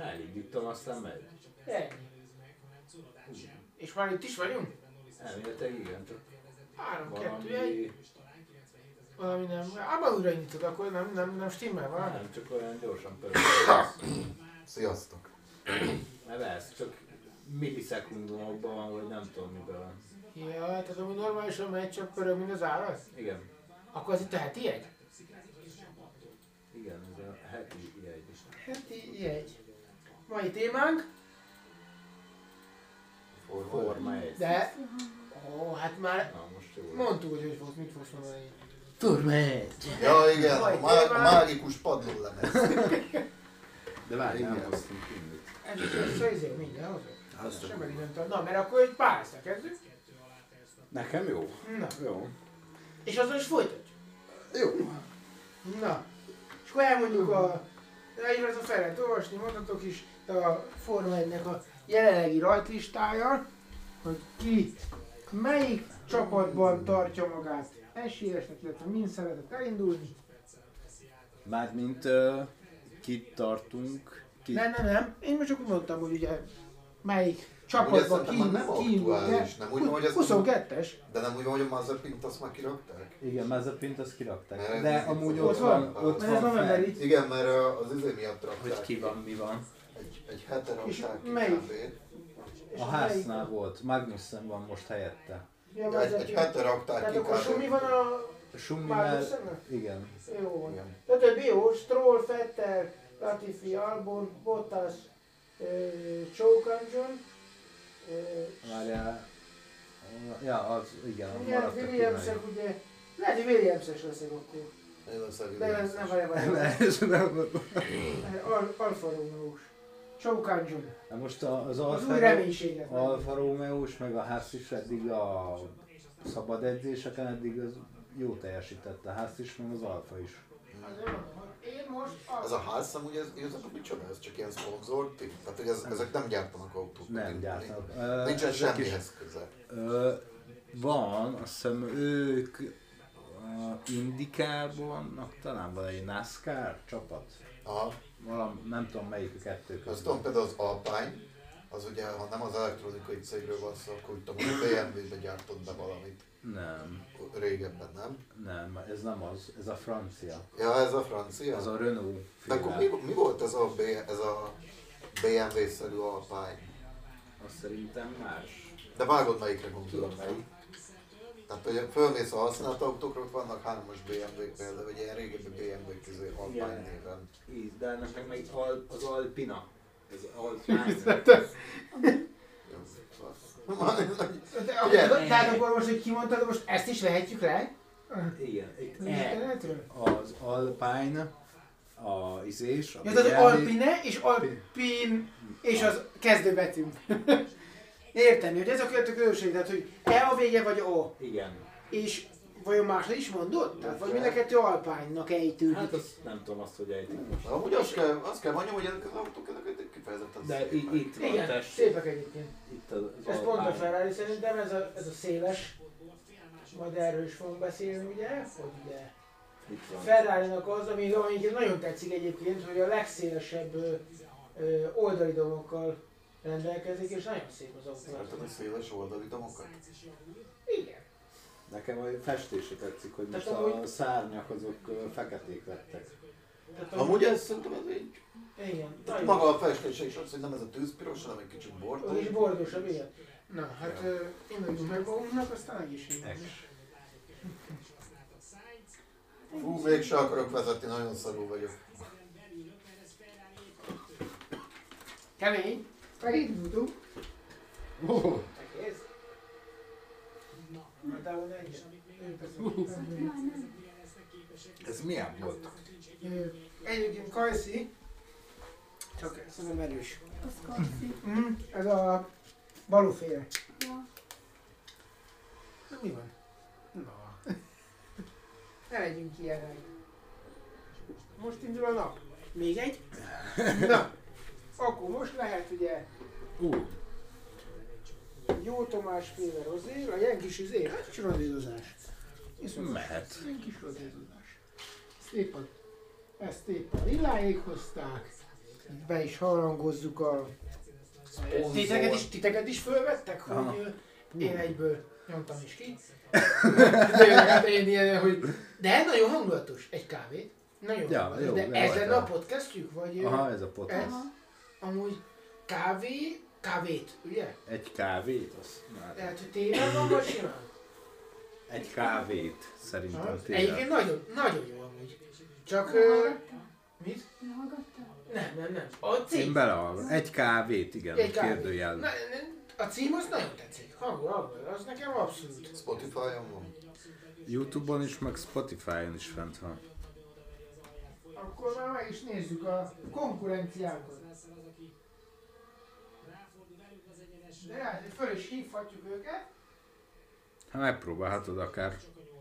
Elindítom, aztán megy. Ennyi. És már itt is vagyunk? Elméletileg igen, csak 3, 2, 1. valami... Valami nem. Abban újra nyitod, akkor nem stimmel valami? Nem, csak olyan gyorsan pörög. Sziasztok. Mert ez csak millisekundumokban van, vagy nem tudom miben van. Ja, tehát ami normálisan megy, csak pörög, mint az állat? Igen. Akkor az itt a heti jegy? Igen, ez a heti jegy. Heti jegy. Mai témánk, Forma 1. de... Ó, hát már Na most jó. mondtuk, hogy mit fogsz mondani. Forma 1. Ja igen, Majd a témánk. mágikus padlólemez. De várj, nem Igen. hoztunk innit. Ez is azért minden hozok. Azt Sem nem tudom. Na, mert akkor egy pályázta kezdjük. Nekem jó. Na, Jó. és azzal is folytatjuk. Jó. Na, és akkor elmondjuk a... Egyébként a fel lehet olvasni, mondhatok is a Forma 1-nek a jelenlegi rajtlistája, hogy ki melyik csapatban tartja magát esélyesnek, illetve mind szeretett elindulni. Mármint kit tartunk, Nem. Én most csak úgy mondtam, hogy ugye melyik Ugye csapatban szerintem már nem kiindul, aktuális, nem úgy van, hogy ez... 22-es. De nem úgy van, hogy a Mazepint azt már kirakták? Igen, Mazepint azt kirakták. Mert De ez amúgy itt ott van. van, ott Mert ez van novemberi. fent, Igen, mert az izé miatt rakták. hogy ki van, mi van. Egy hete És rakták ki melyik? kb. És A háznál volt, Magnussen van most helyette. Ja, Ja, egy hete rakták tehát ki akkor Sumi van a Schumivel, Magnussennek? igen. Jó van. Igen. De többi jó, Stroll, Vettel, Latifi, Albon, Bottas, Choukanjon, Várjál. Ja, az, igen, ugye maradtak Williamsek ugye, lehet, hogy Williamses leszek akkor. Én leszek De ez nem várja Alfa Romeo-s. Choukanjon. Na most az Az új reménységet. Alfa Romeo-s meg a Haas is eddig a szabad edzéseken eddig az jó teljesített, a Haas is, meg az Alfa is. Azért mondom, hogy én most Ez a ház amúgy ez igazából micsoda? Ez csak ilyen szponzor? Tehát hogy ezek nem gyártanak autót. Nem gyártanak. Nincsen Ezek semmihez köze. Van, azt hiszem ők Indikában vannak, talán van egy NASCAR csapat. Aha. Nem tudom melyik a kettő Azt közül. tudom például az Alpine, az ugye, ha nem az elektronikai cégről van szó, akkor úgy tudom, hogy a BMW-be gyártott be valamit. Nem, Régebben, nem? nem, ez nem az, ez a francia. Ja, ez a francia? Ez a Renault De akkor féle. mi volt ez a BMW-szerű Alpine? Azt szerintem más. De vágod melyikre gondolod, Tudom nem? melyik. Tehát, hogy fölmész a használt autókra, ott vannak 3-as BMW-k például, vagy ilyen régebbi BMW-k közé Alpine Igen. néven. Így, de ennek meg az Alpina. Ez Alpine. Jó, fasz. Tehát akkor most, hogy kimondtad, most ezt is vehetjük le? Igen, itt Az internetről? az Alpine, a izés, a Ja, tehát BMW. Alpine és Alpin és az kezdőbetű. Értem, hogy ez a különbség, tehát hogy E a vége vagy O. Igen. És vajon másra is mondod? Tehát vagy mind a kettő Alpine-nak ejtődik. Hát azt nem tudom azt, hogy ejtik most. Amúgy azt kell mondjam, hogy ezek az autók ezek kifejezetten De szépek. itt van, igen, tessék. szépek egyébként. Itt az Ez pont a Alpine. Ferrari szerintem, ez a széles. Majd erről is fogunk beszélni, ugye? Hogy ugye Itt van. Ferrari-nak az, ami nagyon tetszik egyébként, hogy a legszélesebb oldali domokkal rendelkezik, és nagyon szép az autó. Szereted a széles oldali domokat? Igen. Nekem a festése tetszik, hogy most Tehát a amúgy- szárnyak azok feketék lettek. Tehát, Amúgy ez szerintem ez így. igen. Tehát Nagyon. maga a festése is az, hogy nem ez a tűzpiros, hanem egy kicsit bordó. Az is bordósabb, igen. Na, hát induljunk meg magunknak, aztán egészségünknek. Fú, mégse akarok vezetni, nagyon szarul vagyok. Kemény. Megindultunk. Egész. Na, távol egyet. Ez milyen volt? Egyébként Kajszi, csak szerintem erős. Az karci. Ez a balóféle. Ja. Na mi van? Na. Ne legyünk ilyenek. Most indul a nap. Még egy? Na. Akkor most lehet ugye Jó Tomás féle rozé, a ilyen kis izé, hát kis rozézozás. Mehet. Ilyen kis rozézozás. Ezt éppen lilláig hozták. be is harangozzuk a... Titeket is fölvettek, hogy én egyből nyomtam is ki. Tényleg, hát én ilyen, hogy... De nagyon hangulatos, egy kávét. Nagyon hangulatos. jó, De ezen a podcastjük, vagy... Aha, ez a podcast. Ez, amúgy kávét, ugye? Egy kávét? Az már... Tehát, hogy téven van, vagy simán? Egy kávét szerintem Egyébként tényleg. nagyon jó amúgy. Csak... mit? Nem. A Én cím. belehallgatom. Egy kávét, igen, Egy kávét. kérdőjel. A cím az nagyon tetszik. Hangul, az nekem abszolút. Spotify-on van. YouTube-on is, meg Spotify-on is fent van. Akkor már meg is nézzük a konkurenciánkat. De hát, föl is hívhatjuk őket. Hát megpróbálhatod akár.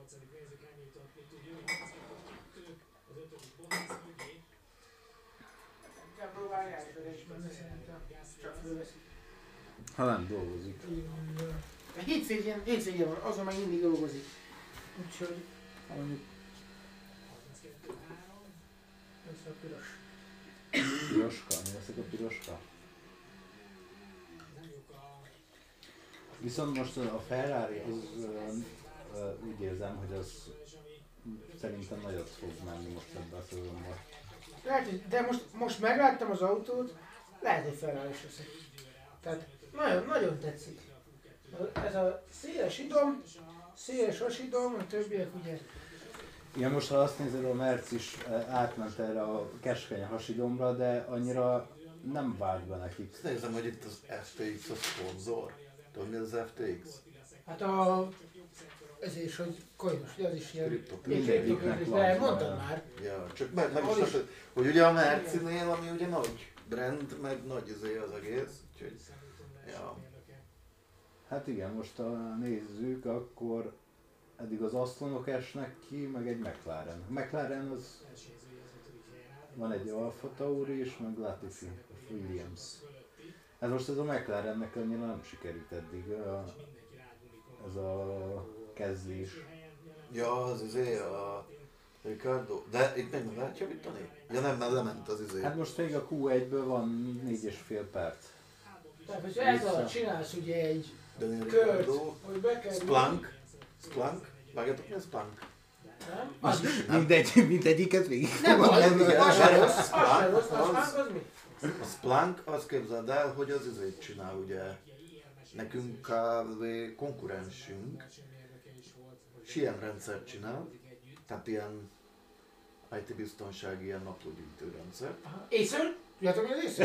Kell próbálni elsőresben, szerintem. Csak fölveszik. Ha nem dolgozik. Hétvégén van, azon meg mindig dolgozik. Úgyhogy... Mondjuk Ez a piros. piroska, mi leszek a piroska? Viszont most a Ferrari az úgy érzem, hogy az szerintem nagyot fog menni most ebben a szezonban. Lehet, de most megláttam az autót, lehet, hogy Ferrari is leszek. Tehát nagyon tetszik. Ez a széles hasidom, a többiek ugye... Igen, most ha azt nézed, a Merc is átment erre a keskeny hasidomra, de annyira nem vált be nekik. Azt nézem, hogy itt az FTX a szponzor. Tudod mi az FTX? Hát ez is, hogy coinos, ugye az is ilyen... Mindegyiknek van. De mondtam már. Ja, csak meg is azt, hogy ugye a Mercinél, ami ugye nagy brand, meg nagy az egész, úgyhogy... Ja. Hát igen, most ha nézzük, akkor eddig az Astonok esnek ki, meg egy McLaren. A McLaren az... Van egy Alfa Tauri és meg Latifi Williams. Ez most ez a McLarennek annyira nem sikerült eddig ez a kezdés. Ja, az a Ricardo. De itt még nem lehet javítani? Ja nem, mert lement az Hát most még a Q1-ből van 4,5 perc. Tehát, hogy ez alatt csinálsz ugye egy Daniel kört, Ricardo. hogy bekerül... Splunk? Vágjátok mi a Splunk? Nem? Az is. Mindegyiket végig. Nem baj, igen, az se az rossz, az se Splunk, rossz, az- az mi? A Splunk azt képzeld el, hogy az izét csinál ugye. Nekünk kb. Konkurensünk SIEM rendszert csinál, tehát ilyen IT biztonsági ilyen naplógyűjtő rendszer. Észről? Tudjátok mi az észről?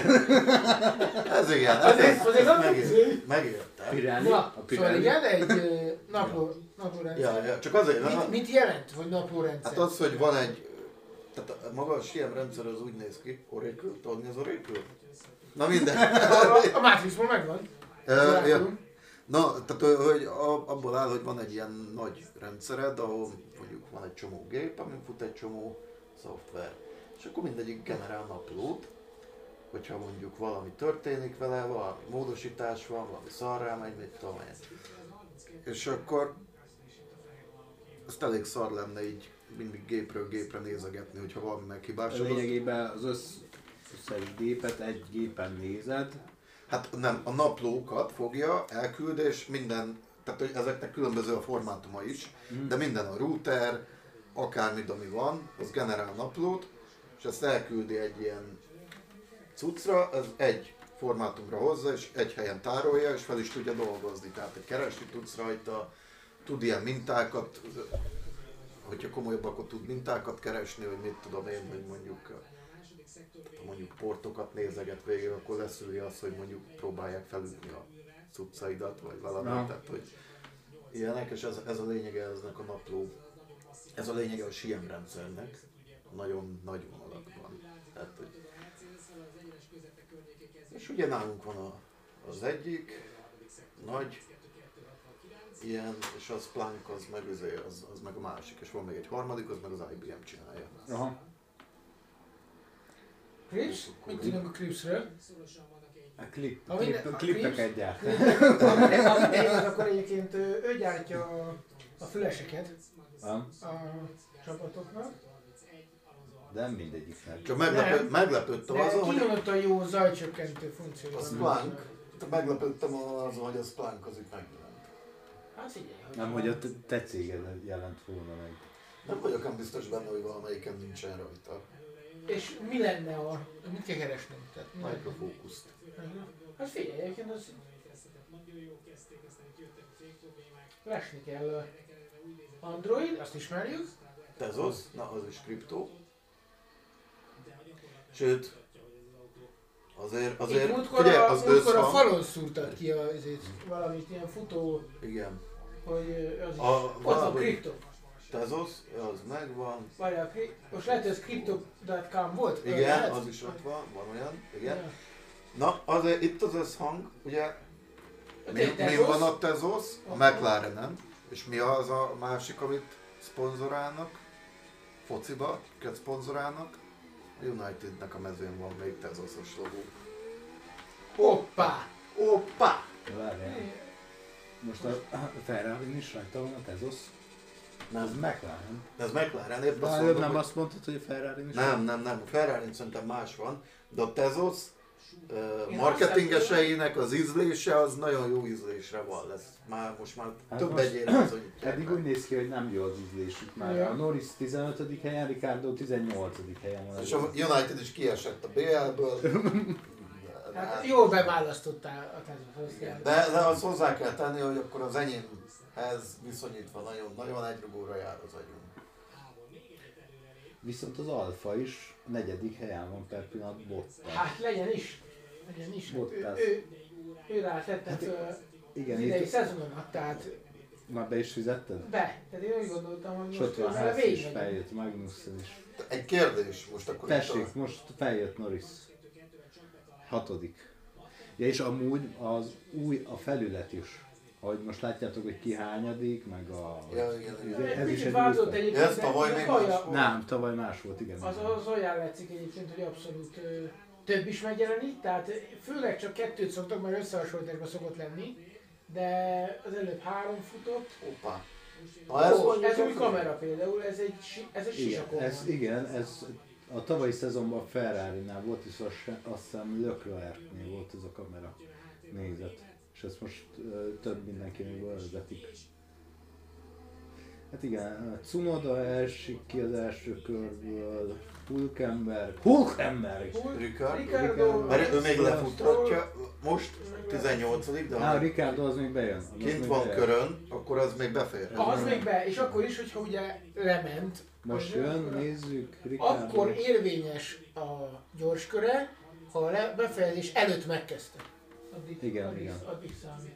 Ez igen, azért nem megértem. Pirelli? Na, A szóval Pirelli? igen, egy naplórendszer. Ja, csak azért, Mit jelent, hogy naplórendszer? hát az, hogy van egy, tehát maga a SIEM rendszer az úgy néz ki, Oracle, tudod mi az Oracle? Na minden. A Matrixból megvan. Ja. Na, tehát hogy abból áll, hogy van egy ilyen nagy rendszered, ahol mondjuk van egy csomó gép, amin fut egy csomó szoftver. És akkor mindegyik generál naplót, hogyha mondjuk valami történik vele, valami módosítás van, valami szarrá megy, mit tudom én. És akkor azt elég szar lenne így mindig gépről gépre nézegetni, hogyha valami meghibásodott. Lényegében az összes gépet egy gépen nézed. Hát nem, a naplókat fogja, elküld és minden, tehát hogy ezeknek különböző a formátuma is, de minden a router, akármit ami van, az generál naplót, és ezt elküldi egy ilyen cuccra, az egy formátumra hozza, és egy helyen tárolja, és fel is tudja dolgozni. Tehát egy keresni tudsz rajta, tud ilyen mintákat, hogyha komolyabb, akkor tud mintákat keresni, hogy mit tudom én, hogy mondjuk portokat nézeget végül, akkor leszűri azt, hogy mondjuk próbálják felütni a cuccaidat, vagy valami, tehát hogy ilyenek, és ez a lényege eznek a napló, ez a lényege a SIEM rendszernek, nagyon nagy vonalakban. Tehát, hogy... És ugye nálunk van az egyik nagy ilyen, és a Splunk az meg, az meg a másik, és van még egy harmadik, az meg az IBM csinálja. Aha. Crips? Mit tudunk a Cripsről? A A klippeket gyárt. Amit én az, akkor egyébként ő gyártja a füleseket a csapatoknak. De mindegyiknek. Csak Nem. meglepődtem azon, De hogy kimondottan jó zajcsökkentő funkció a van. Splunk, meglepődtem azon, hogy a Splunk az itt megjelent. Hát figyelj, hogy Nem, hogy a te céged jelent volna meg. Nem vagyok ám biztos benne, hogy valamelyiken nincsen rajta. És mi lenne a... Mit kell keresnünk? Tehát, mi lenne? Microfocus-t. Hát figyelj, egyébként az... Lesni kell Android, azt ismerjük. Tezos, na az is kriptó. Sőt, azért Múltkor figyelj, a, az múltkor a összhang. falon szúrtad ki valamit ilyen futó, Igen. hogy az is. A- Ott van valahogy- kripto. Tezos, az megvan. Várjál, most lehet, hogy ez crypto.com volt? Igen, Lehet? az is ott van olyan. Igen. Ja. Na, azért itt az összhang, ugye, mi Tezos. van a Tezos? A McLarenen. És mi az a másik, amit szponzorálnak? Fociba, őket szponzorálnak? A Unitednek a mezőn van még Tezosos logó. Hoppá! Hoppá! Várjál. Most a Ferrari is rajta van a Tezos. Ez Nem, McLaren. ez McLaren, épp De azt előbb mondom, nem hogy... azt mondtad, hogy a Ferrari is? Nem, a Ferrari szerintem más van, de a Tezos Én marketingeseinek az ízlése az nagyon jó ízlésre van lesz. Most már Hát több most- egyére bizonyítják Eddig meg. úgy néz ki, hogy nem jó az ízlésük már. Ja. A Norris 15. helyen, Ricardo 18. helyen van. És a United is kiesett a BL-ből. Hát jól beválasztottál a Tezos, azt kell. De azt hozzá kell tenni, hogy akkor az enyémhez viszonyítva nagyon egyrugóra jár az agyunk. Viszont az Alfa is a 4. helyen van per pillanat Bottas. Hát legyen is. Legyen is. Hát Bottas. ő rátette Hát föl igen, az idei itt szezonon, tehát már be is fizetted? be. Tehát én úgy gondoltam, hogy És most ott van vele Ház is végig feljött, Magnussen is. Egy kérdés most akkor Tessék, most feljött Norris. 6. Ja, és amúgy az új, a felület is. Ahogy most látjátok, hogy ki hányadik, meg a... Ja, igen. Egy Ez is picit egy változott új egyébként. Ez de tavaly az még olyan- más volt. Nem, tavaly más volt, igen. Az olyan látszik egyébként, hogy abszolút több is megjelenik, tehát főleg csak 2 szoktak, mert összehasonlításban szokott lenni, de az előbb 3 futott. Hoppá. Na ez, Ez új kamera például, ez egy Igen, sisakon ez a tavalyi szezonban a Ferrari-nál volt, és azt hiszem Leclerc-nél volt ez a kamera nézet. És ezt most több mindenkinek vezetik. Hát igen, Tsunoda esik ki az első körből, Hülkenberg, Ricardo, mert ő még lefuttatja, most 18. de Á, ha Ricardo az még bejön. Az kint még van bejön. körön, akkor az még befér. Az még be, és akkor is, hogyha ugye lement, Most az jön, akkor- nézzük, Ricardo. akkor érvényes a gyorsköre, ha a befejezés előtt megkezdte. Igen, igen. Addig számít.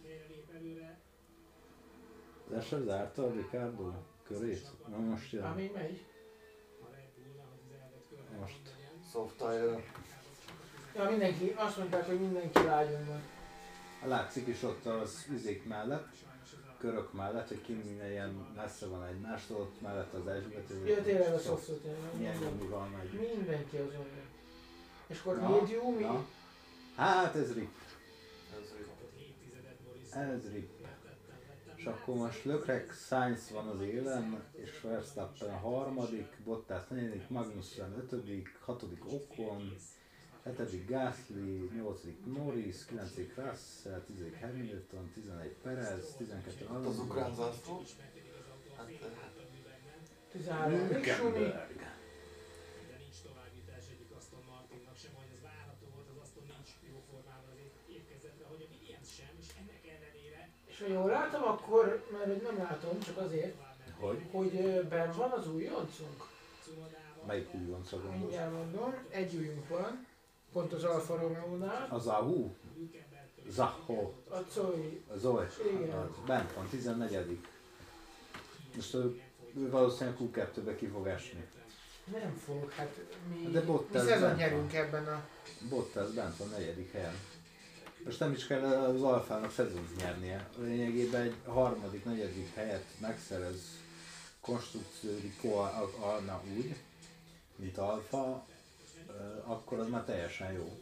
De se zárta a Ricardo körét? Na most jön. Ami megy. Most. Soft tire. Ja, mindenki, azt mondták, hogy mindenki lágyon van. Látszik is ott az üzék mellett, körök mellett, hogy ki minden ilyen messze van egymástól, ott mellett az esbetű. Ja, tényleg a softot. Milyen nyomú van meg. Mindenki azon van. És akkor Na, médium, mi? na. Hát ez rip. Ez Ez rip. És akkor most Leclerc, Sainz van az élen, és Verstappen a 3., Bottas 4., Magnussen 5., 6. Ocon, 7. Gasly, 8. Norris, 9. Russell, 10. Hamilton, 11. Perez, 12. az Alonso, ukrán zászló. Hát, 13. Mick Schumi. Hülkenberg. És ha jól látom, akkor, mert hogy nem látom, csak azért, Hogy? benn van az újoncunk. Melyik újonca gondolsz? Mindjárt mondom, egy újunk van, pont az Alfa Romeo-nál. Az Ahu? Zaho, A Zoe, Zoe, Igen. az bent van, 14. Most ő valószínűleg Q2-be ki fog esni. nem fog, hát mi, De mi Bottas szezon bent nyerünk van. ebben a... Bottas bent van 4. helyen. Most nem is kell az Alfának szezont nyernie. Lényegében egy 3., 4. helyet megszerez konstrukciói Koa úgy, mint Alfa, akkor az már teljesen jó.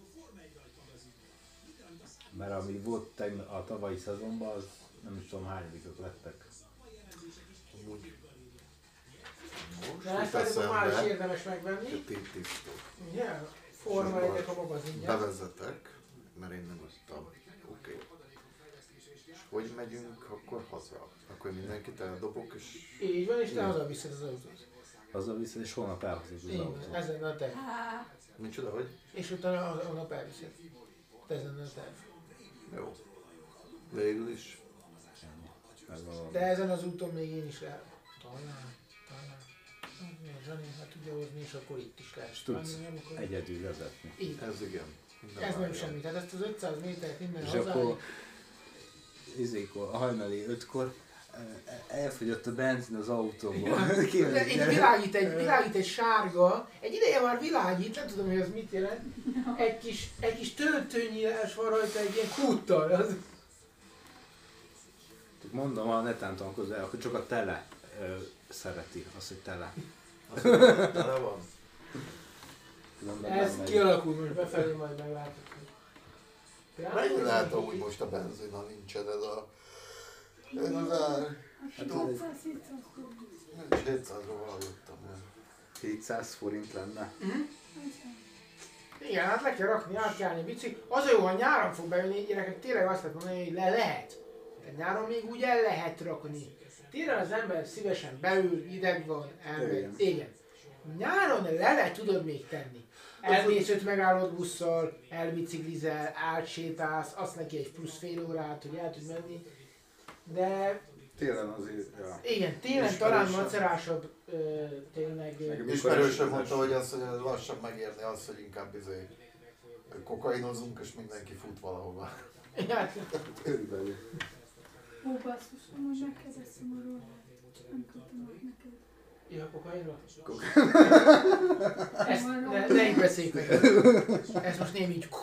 Mert ami volt a tavalyi szezonban, az nem is tudom hányadikok lettek. amúgy De ezt feltétlenül már is érdemes megvenni. Tisztó. Ugye? Forma 1-nek a magazinja. Bevezetek, mert én nem adtam. Oké. És hogy megyünk akkor haza? Akkor mindenkit eldobok és... Így van, és te hazaviszed az autót. Hazaviszed, és holnap elhozik az Így autót. van, ez lenne a terv. Micsoda, hogy? És utána holnap elviszed. Ez lenne a terv. Jó. Végül is. De ezen az úton még én is lehet. Talán. Zsani, hát tudja hozni, és akkor itt is lehet. És tudsz egyedül vezetni. Így. Ez igen. Ez nem semmi. Tehát ezt az 500 métert minden És hazáig. akkor a hajnali 5-kor elfogyott a benzin az autóból. Világít egy sárga, egy ideje már világít, nem tudom, hogy az mit jelent. Egy kis töltőnyílás van rajta egy ilyen kúttal. Az... Mondom, a netántankozó el, hogy csak a tele szereti, az, hogy tele. Tele van. Ez kialakul most befelé, majd meglátod. Mennyi lehet amúgy most a benzin, ha nincsen ez a... Ez az ár. 700-ról hallottam. 700 forint lenne. Igen, hát le kell rakni, át kell állni bicikli. Az a jó, ha nyáron fog bejönni, gyerekek, tényleg azt lehet mondani, hogy le lehet. Tehát nyáron még úgy el lehet rakni. Télen az ember szívesen beül, ideg van, elmegy. Igen. Nyáron le tudod még tenni. Elmész 5 megállott busszal, elbiciklizel, átsétálsz, azt neki egy plusz fél órát, hogy el tudj menni. De... Télen azért, ja. Igen, télen talán macerásabb tényleg... Ismerősöm mondta, hogy az, hogy lassan megérni az, hogy inkább kokainozunk és mindenki fut valahova. Ja, Körülbelül. Ó, basszus, amúgy megkérdeztem róla. Nem tudtam meg neked. Ja, kokainról? Ezt ne így beszéljük meg. Ez most némi így...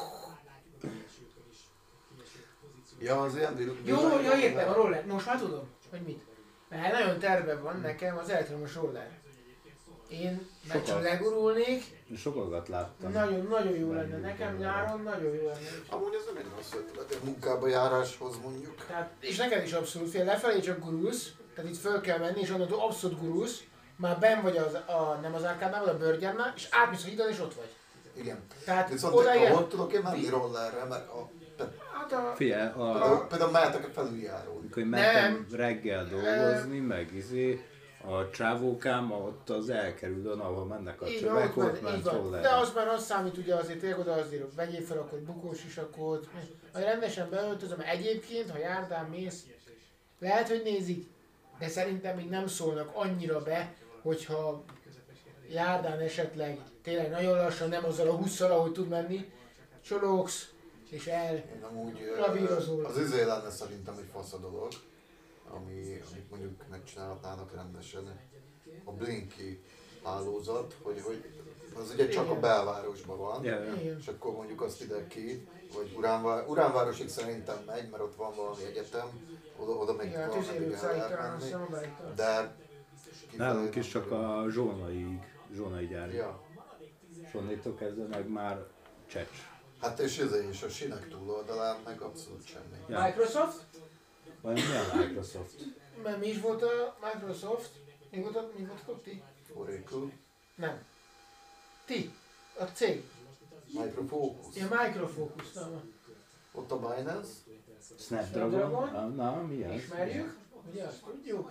Ja, az ilyen Jó, értem, a roller. Most már tudom, hogy mit. Mert nagyon terve van nekem az elektromos roller. Én meg csak legurulnék. Sokakat láttam. Nagyon jó lenne. Nekem nyáron nagyon jó lenne. Amúgy ez nem egy rossz ötlet, egy munkába járáshoz mondjuk. Tehát, és neked is abszolút fél, lefelé csak gurulsz, tehát itt föl kell menni, és onnantól abszolút gurulsz, már benn vagy nem az árkádnál, vagy a Burgernál, és átmész a hídon, és ott vagy. Igen. Tehát viszont oda ahol tudok én menni rollerre, mert Figyelj, például mehetek a felüljárón. amikor én mentem reggel dolgozni, meg a csávókám ott az elkerülön, ahol mennek a csövek, ott ment roller. De az már azt számít ugye azért tényleg oda azért vegyél fel akkor bukós isakot, ha rendesen beöltözöm, egyébként ha járdán mész, lehet, hogy nézik, de szerintem még nem szólnak annyira be, hogyha járdán esetleg tényleg nagyon lassan, nem azzal a 20-szal, ahogy tud menni, csorogsz, és lavírozol. Az izé lenne szerintem egy fasz a dolog, amit mondjuk megcsinálhatnának rendesen. A Blinky hálózat, hogy az ugye csak a belvárosban van, és akkor mondjuk azt ide ki, vagy Uránvárosig szerintem megy, mert ott van valami egyetem, oda meg valameddig el lehet menni, de nálunk is csak a zsónai gyár. Ja. És onnétól kezdve meg már csecs. Hát és a sinek túloldalán meg abszolút semmi. Ja. Microsoft? Vagy mi a Microsoft? Mert mi is volt a Microsoft? Mi voltatok ti? Oracle. Nem. Ti. A cég. Microfocus. Ja, Microfocus, nem. Ott a Binance. Snapdragon? Na, mi az? Ismerjük, ugye azt tudjuk.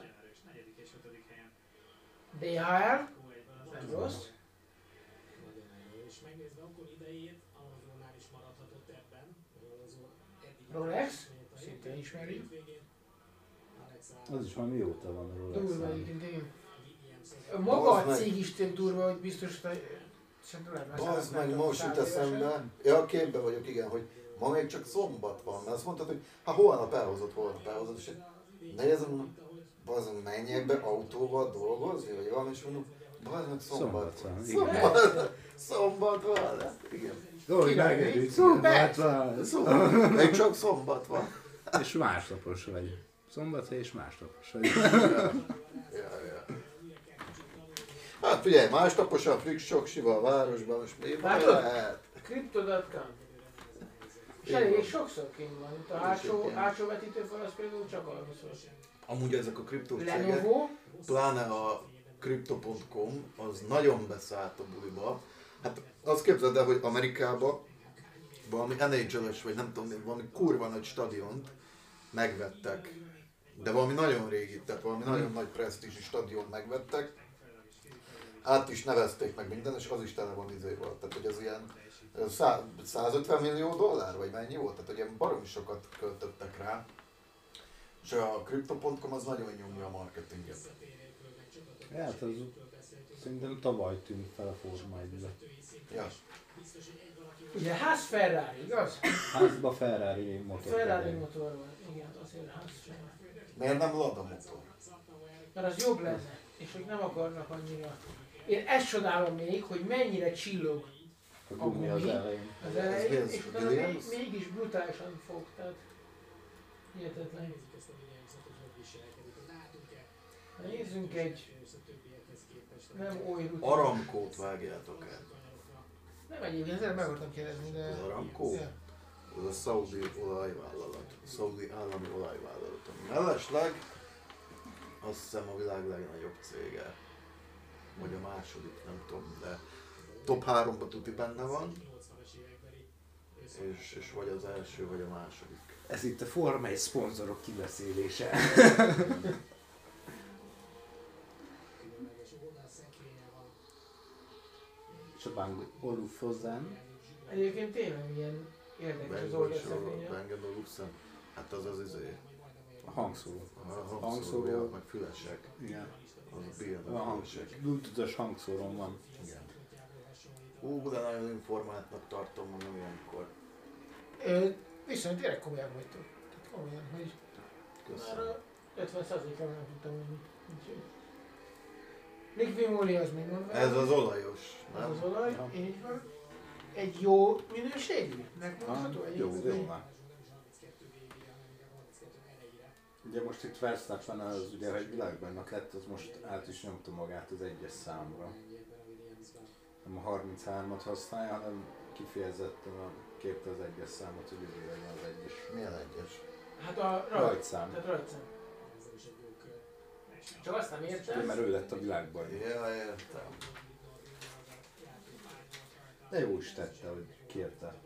DHR. Nem rossz. Rolex. Szintén ismerjük. Az is már mióta van a Rolex. Durva egyébként, igen. Maga a cég is tök durva, hogy biztos, hogy szerintem az meg most jut eszembe. Ja, képbe vagyok, igen, hogy ma még csak szombat van, mert azt mondtad, hogy holnap elhozott, és nézem, bazd, menjek be autóval dolgozni, vagy valami, és mondom, bazd meg szombat van. Szombat van, igen. Jó, hogy megérjük, szombat van. Még csak szombat van. És másnapos vagy. Szombat és másnapos vagy. Ja. Hát figyelj, másnaposan friss soksival a városban, és mi lehet? Crypto.com. És elég sokszor kint van, itt a hátsó vetítőfal az például csak arra szól. Amúgy ezek a kriptó cégek, Lenovo. pláne a Crypto.com az nagyon beszállt a buliba. Hát azt képzeld el, hogy Amerikában valami NHL-es, vagy nem tudom, valami kurva nagy stadiont megvettek. De valami nagyon régi, tehát valami nagyon nagy presztízsű stadiont megvettek. Át is nevezték meg minden, és az is tele van izéval. Tehát, hogy ez ilyen 150 millió dollár, vagy mennyi volt? Tehát, hogy ilyen baromi sokat költöttek rá. És a Crypto.com az nagyon nyomja a marketinget. Hát az szerintem tavaly tűnt fel a Forma 1-be. Ja. Ugye ház Ferrari, igaz? Házba Ferrari motor. Ferrari motor van, igen, azért ház Ferrari. Miért nem Lada motor? Mert az jobb lenne, és ők nem akarnak annyira. Én ezt csodálom még, hogy mennyire csillog A gumi az elején. az elején, Ez és utána Williams? mégis brutálisan fog, tehát hihetetlen. Nézzünk egy nem oly rutin. Aramkót vágjátok el. Nem egyébként, ezzel meg akartam kérdezni, de... Az Aramco? Ja. Az a szaudi olajvállalat, a szaudi állami olajvállalat. Mellesleg azt hiszem a világ legnagyobb cége. Vagy a második, nem tudom, de top 3-ba tuti benne van. És vagy az első, vagy a második. Ez itt a Forma 1 szponzorok kibeszélése. És a Bang Olufsen. Egyébként tényleg ilyen érdekes az oldalszegénye. Bang Olufsen. Hát az az izé. A hangszóró. A Hangszóró. hangszóró, meg fülesek. Igen. Az a A fülesek. Bluetooth-os hangszórón van. Igen. De nagyon informáltnak tartom magam ilyenkor. Viszont tényleg komolyan vagytok. Tehát komolyan, hogy Köszönöm. már a 50%-ra nem tudtam menni. Úgyhogy... Nick Vimoli az még mondva. Ez az olajos, Ez nem? az olaj, Ja. így van. Egy jó minőségű? Megmondható? Egy Jó, minőségű? jó már. Ugye most itt Verstappen az ugye, hogy világbajnok lett, az most át is nyomta magát az egyes számra. Nem a 33-at használja, hanem kifejezetten kérte az egyes számot, hogy ügyé legyen az egyes. Milyen egyes? Hát a Rajtszám. Tehát rajtszám. Csak azt nem értem. Mert ő lett a világbajnok. Ja, értem. De jó is tette, hogy kérte.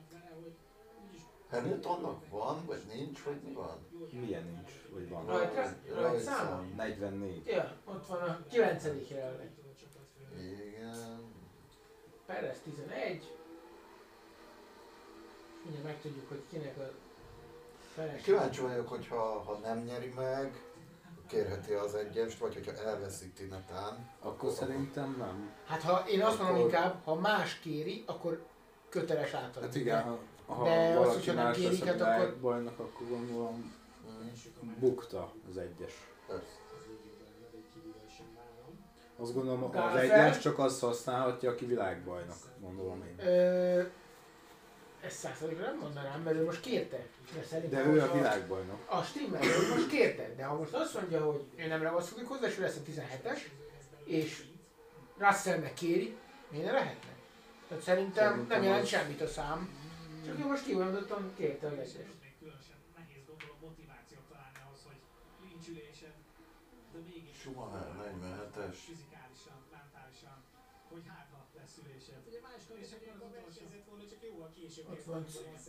Hamiltonnak van, vagy nincs, vagy mi van? Milyen nincs, vagy van? Rajtszám? 44. Ja, ott van a 9. jelenleg. Igen. Perez 11. Mindjárt megtudjuk, hogy kinek a Perez. Kíváncsi vagyok, hogy ha nem nyeri meg, kérheti az egyest, vagy hogyha elveszíti netán. Akkor szerintem nem. Hát ha én azt mondom Akkor- inkább, ha más kéri, akkor köteles átadni. Hát igen, ha De azt, valaki hogyha nem más lesz kérik, a hát akkor- világbajnok, akkor gondolom bukta az egyes. Persze. Azt gondolom, az Gálfer? egyes csak azt használhatja, aki világbajnok, gondolom én. Ezt 100%-ra nem mondanám, mert ő most kérte. De szerintem, De ő a hogyha- világbajnok. A stimmel, ő most kérte, de ha most azt mondja, hogy ő nem ragaszkodik hozzá, és ő lesz a 17-es, és Russell meg kéri, miért ne lehetne? Tehát szerintem nem jelent az- semmit a szám, csak ő most kimondottan kérte a egyest. Schumacher 47-es. Ott van.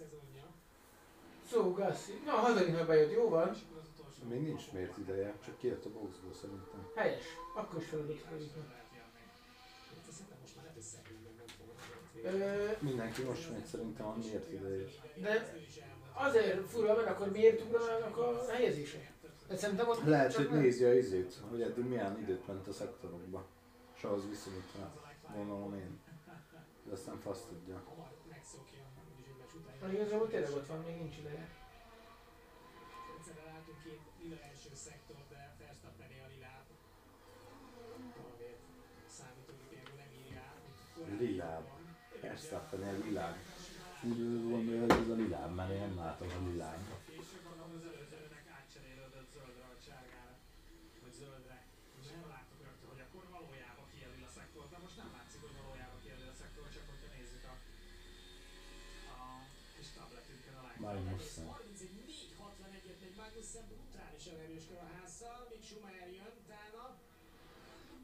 Szó, Gassi. Na, a hazainak bejött, jó van. Még nincs mért ideje, csak kijött a boxból szerintem. Helyes. Akkor is feladott fordítva. Mindenki most megy szerintem a mért ideje. De azért fura, mert akkor miért ugranának a helyezések? De szerintem ott Lehet, csak hogy nem- nézi a izét, hogy eddig milyen időt ment a szektorokba. És ahhoz viszonyítva, gondolom én. De aztán fasz tudja. Mert igazából tényleg ott van, még nincs ideje. Liláb. Verstappen-el liláb. Úgy gondolja, hogy ez a liláb, mert én nem látom a liláb. Magnussen.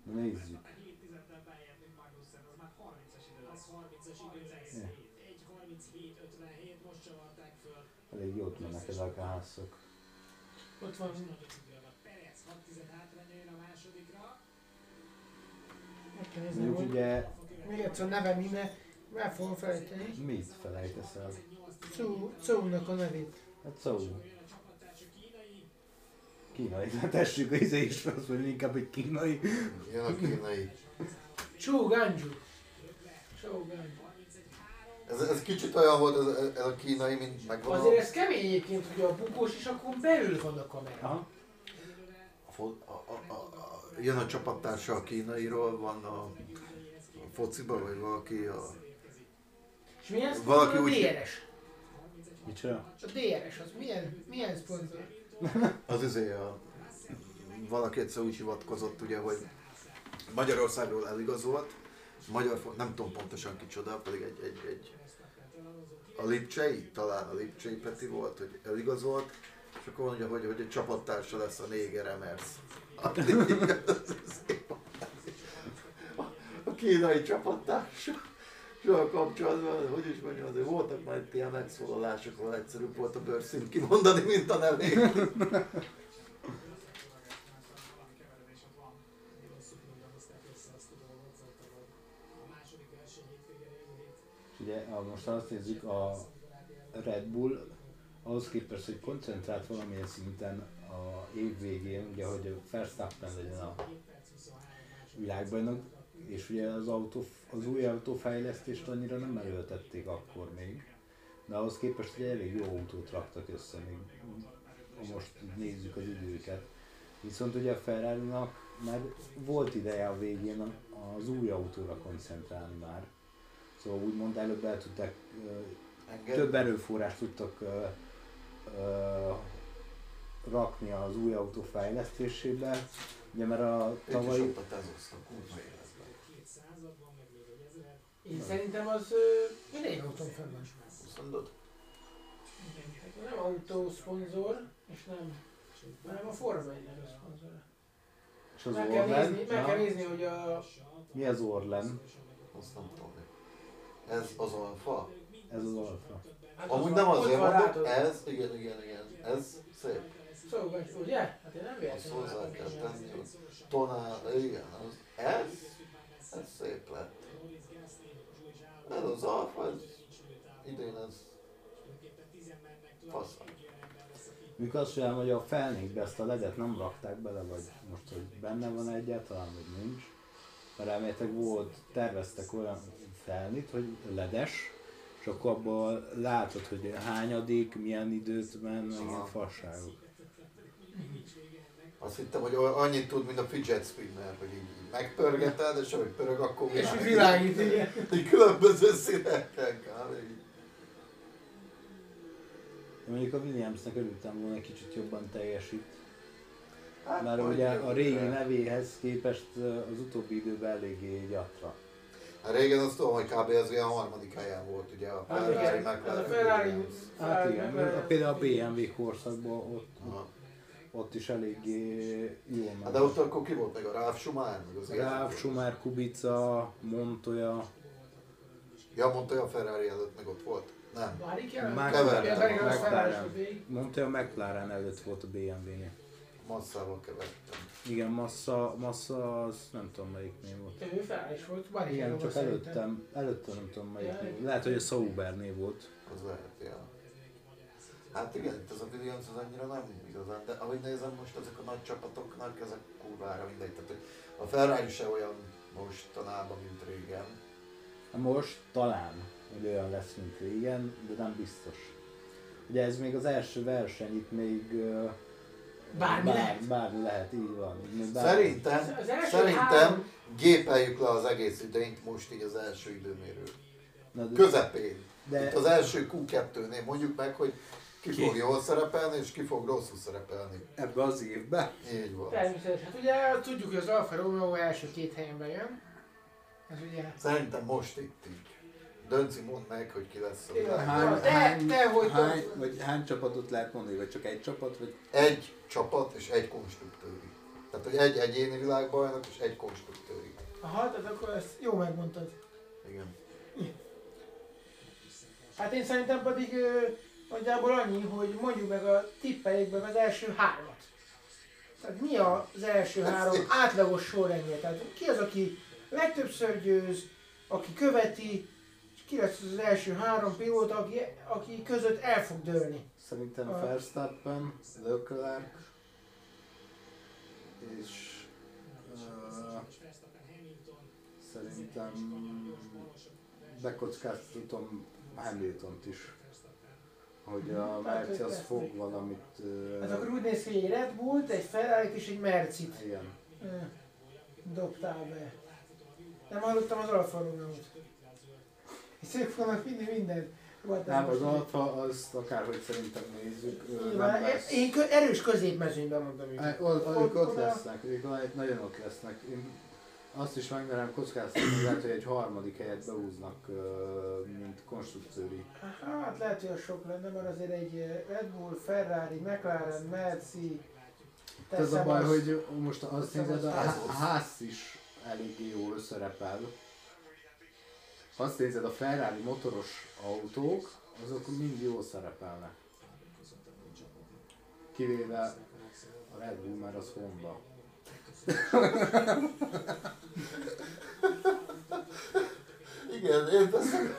Nézzük. Ja. Elég jót mennek ezek a házok. Ott van. Meg kell nézni, Mondjuk hogy ugye még egyszer a nevem innen el fogom felejteni. mit felejtesz el? Cónak a nevét. Hát szó. Kínai, tessük az is, azt mondja inkább, hogy kínai. Jön a kínai. Chou Ganju. Ez kicsit olyan volt ez a kínai, mint megvan Azért ez kemény egyébként, hogy a bukós is akkor belül van a kamera. Aha. Jön a csapattársa a kínairól, van a fociba, vagy valaki a... És milyen szponzor Valaki a úgy- DRS? Micsoda? A DRS az milyen szponzor? Az valaki egyszer úgy hivatkozott, ugye, hogy Magyarországról eligazolt, nem tudom pontosan kicsoda, pedig a Lipcsei, talán a Lipcsei Peti volt, hogy eligazolt, és akkor mondja, hogy egy csapattársa lesz a Néger Emers. A kínai csapattársa. Soha kapcsolatban, hogy is mondjam, azért voltak már itt ilyen megszólalások, ahol egyszerűbb volt a bőrszínt kimondani, mint a nevét. Ugye, ha most azt nézzük, a Red Bull ahhoz képest, hogy koncentrált valamilyen szinten a év végén, ugye, hogy Verstappen legyen a világbajnok, és ugye az új autófejlesztést annyira nem erőltették akkor még, de ahhoz képest ugye elég jó autót raktak össze még, ha most nézzük az időket. Viszont ugye a Ferrari-nak már volt ideje a végén az új autóra koncentrálni már. Szóval úgymond előbb el tudták, több erőforrást tudtak rakni az új autó fejlesztésébe. Ugye mert a tavalyi... Itt is ott a Tezosznak, kurva életben. Én szerintem az mindig autón fel van. Azt mondod? Nem autószponzor, és nem, hanem a Forma 1-nek a szponzora. És az Meg kell Orlen? nézni, meg kell nézni, hogy a... Mi az Orlen? Azt nem tudom. Ez az Alfa? Ez az Alfa. Hát Amúgy ott nem van- azért ott van mondom, rátod. ez, igen, ez szép. Szóval, ugye? Hát én nem Azt véletlenül hozzá látom kell ilyen. tenni, hogy tonál, igen, ez szép lett. Ez az Alfa, ez idén ez fasz. Mikor azt mondjam, hogy a felnékbe ezt a ledet nem rakták bele, vagy most, hogy benne van egyáltalán, vagy nincs. Mert elméletileg terveztek olyan felnit, hogy ledes, és akkor abból látod, hogy hányadik, milyen időt men, ilyen fasságok. Azt hittem, hogy annyit tud, mint a fidget spinner, hogy így megpörgeted, és ahogy pörög, akkor És úgy világít, igen. Így különböző színekkel kb. Mondjuk a Williamsnek örültem volna, kicsit jobban teljesít. Hát, Mert majd ugye a jövőre. régi nevéhez képest az utóbbi időben eléggé gyatra. Hát régen azt tudom, hogy kb. Az ilyen harmadik helyen volt, ugye a Hát Ferrari, igen, McLaren, ez a Ferrari- Williams. Hát igen, McLaren. például a BMW korszakban Aha. ott is eléggé jól Hát ment. de ott akkor ki volt meg a Ralf Schumacher, meg az ilyen? Ralf Schumacher, Kubica, Montoya, Ja, mondta, a Ferrari előtt meg ott volt? Nem. Várik el? McLaren. Ja, pedig az McLaren. Ferrari végig. Montoya McLaren előtt volt a BMW-nél. Masszával kevertem. Igen, Massa az nem tudom melyik név volt. Ő Ferrari is volt, Barrichello Igen, volt csak szerintem. előtte nem tudom melyik Ja, név volt. Lehet, hogy a Saubernél volt. Az lehet, ja. Hát igen, itt ez a Williams az annyira nem igazán, de ahogy nézem most ezek a nagy csapatoknak, ezek kurvára mindegy. Tehát hogy a Ferrari se olyan mostanában, mint régen. Most talán, hogy olyan lesz, mint régen, de nem biztos. Ugye ez még az első verseny, itt még Bármi lehet. Bármi lehet, így van. Még Szerintem, Az első szerintem három- gépeljük le az egész idényt most így az első időmérő. Na, Közepén. de Itt az első Q2-nél mondjuk meg, hogy ki Ki? fog jól szerepelni, és ki fog rosszul szerepelni. ebbe az évbe. Így van. Természetesen. Hát ugye tudjuk, hogy az Alfa Romeo első két helyen bejön. Ez ugye... Szerintem most itt így. Dönci, mondd meg, hogy ki lesz a Igen. világ. Te hogy vagy hány csapatot lehet mondani, vagy csak egy csapat, vagy Egy csapat és egy konstruktőri. Tehát, hogy egy egyéni világbajnok és egy konstruktőri. Aha, tehát akkor ezt jó megmondtad. Igen. Hát én szerintem pedig nagyjából annyi, hogy mondjuk meg a tippeljék meg az első hármat. Tehát mi az első három átlagos sorrendje? Tehát ki az, aki legtöbbször győz, aki követi, és ki lesz az első három pilóta, aki között el fog dőlni? Szerintem Verstappen, Leclerc és szerintem bekockáztatom Hamiltont is, hogy a Merci az fog valamit... Hát akkor úgy néz ki, hogy egy Red Bullt, egy Ferrari és egy Mercit Igen. dobtál be. Nem hallottam az Alfa Romeo-t. És ők fognak vinni mindent. Nem, az Alfa, azt akárhogy szerintem nézzük, nem Nyilván, lesz. én erős középmezőnyben mondom őket. Ők ott lesznek, ők nagyon ott lesznek. Én azt is megmerem kockáztatni, lehet, hogy egy harmadik helyet behúznak, mint konstruktőri. Hát lehet, hogy az sok lenne, mert azért egy Red Bull, Ferrari, McLaren, Merci. Ez a baj, hogy most azt nézed, a ház is eléggé jól szerepel. Azt nézed, a Ferrari motoros autók, azok mind jól szerepelnek. Kivéve a Red Bull, mert az Honda. Igen, én teszem.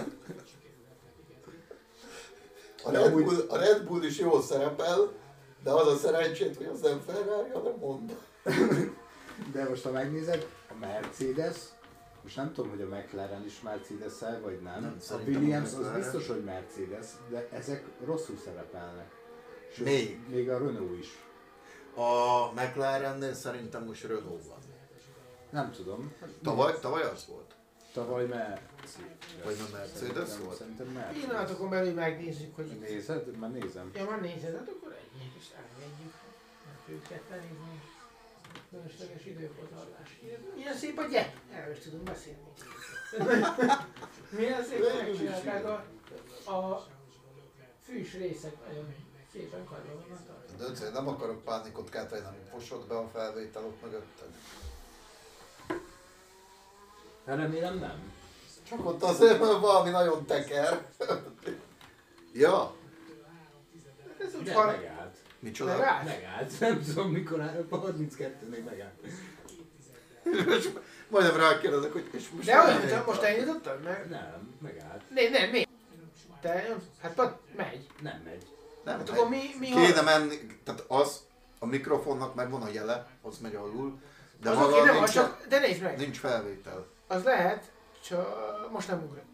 A Red Bull is jól szerepel, de az a szerencsét, hogy az nem Ferrari, hanem Honda. De most ha megnézed, a Mercedes, most nem tudom, hogy a McLaren is Mercedes-el, vagy nem. A Williams az biztos, hogy Mercedes, de ezek rosszul szerepelnek. Sőt, még a Renault is. A McLarennél szerintem most Renault van. Nem tudom. Tavaly az volt? Tavaly Mercedes. Vagy a Mercedes volt? Szerintem Mercedes. Pillanatokon belül megnézzük, hogy... Nézed? Már nézem. Ja, már nézed, hát akkor ennyi, és elengedjük. Mert őket lenézni. Fölösleges időpazarlás. Milyen szép a gyep! Erről is tudunk beszélni. Milyen szépen megcsinálták a fűs részek, nagyon szépen karban vannak tartani. De nem akarok pánikot kelteni, nem fosod be a felvétel ott mögötted. Remélem nem. Csak ott azért, mert valami nagyon teker. Ja. Ez úgy De van. megállt. Micsoda? Megállt. Nem tudom mikor áll, 32 még megállt. Majdnem rákérdezek, hogy és most... De olyan, hogy most elindítottad? Mert... Nem, megállt. Nem, mi? Te, hát megy. Nem megy. Nem, Hát akkor mi kéne menni, tehát az, a mikrofonnak megvan a jele, az megy alul, de az maga oké, nem, nincs, csak, de nézd meg. nincs felvétel. Az lehet, csak most nem ugrál.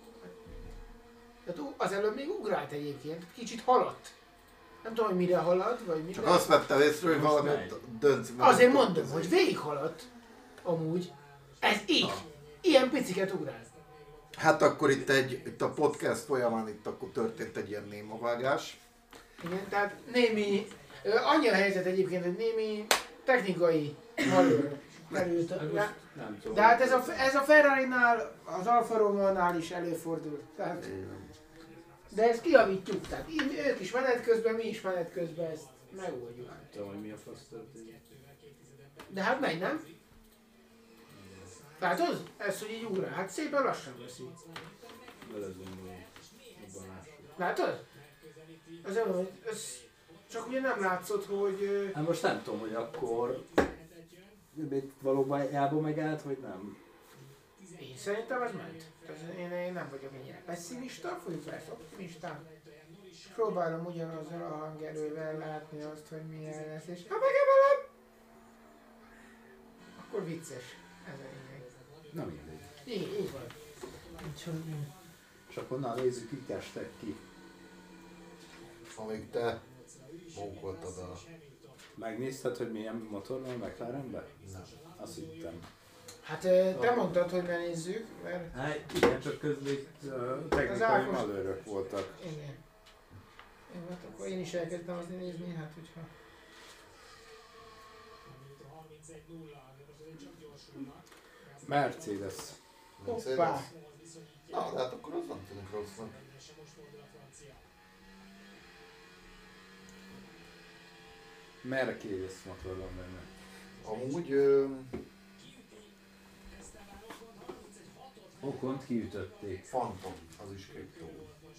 Tehát az előbb még ugrált egyébként, kicsit haladt. Nem tudom, hogy mire halad, vagy mire. Csak azt vettem észre, hogy Most valami megy. dönci. Azért mondom, hogy végighaladt. Amúgy. Ez így. Ilyen piciket ugrál. Hát akkor itt a podcast folyamán itt akkor történt egy ilyen némavágás. Igen, tehát némi... Annyi a helyzet egyébként, hogy némi technikai malőr került. Nem tudom. De hát ez a Ferrari-nál, az Alfa Romeo-nál is előfordul. Tehát, de ezt kijavítjuk. Tehát ők is menet közben, mi is menet közben ezt megoldjuk. Nem tudom, hogy mi a fasz történik. De hát megy, nem? Látod? Ez, hogy így ugrál. Hát szépen lassan veszi. Belezumulunk. Abban lássuk. Látod? Az olyan, hogy ez csak ugye nem látszott, hogy... Hát most nem tudom, hogy akkor valóban jából megállt, vagy nem. Én szerintem ez ment. Én nem vagyok ennyire pessimista, folyik lesz optimistán. Próbálom ugyanazzal a hangerővel látni azt, hogy milyen lesz, és ha megemelem, akkor vicces. Ez a lényeg. Na mindegy. Így van. Úgyhogy... És akkor na nézzük, kik estek ki. Amíg te mókoltad a... Megnézted, hogy milyen motor van a McLarenben? Nem. Azt hittem. Hát te mondtad, hogy ne nézzük, mert... Hát igen, csak közben technikai Ákos- malőrök voltak. Igen. Jó, hát akkor én is elkezdtem azt nézni, hát hogyha... Mercedes. Hoppá! Na, de hát akkor az nem tűnik rossznak. Mercedes motor van benne. Amúgy Okont kiütötték. Phantom, az is kriptó.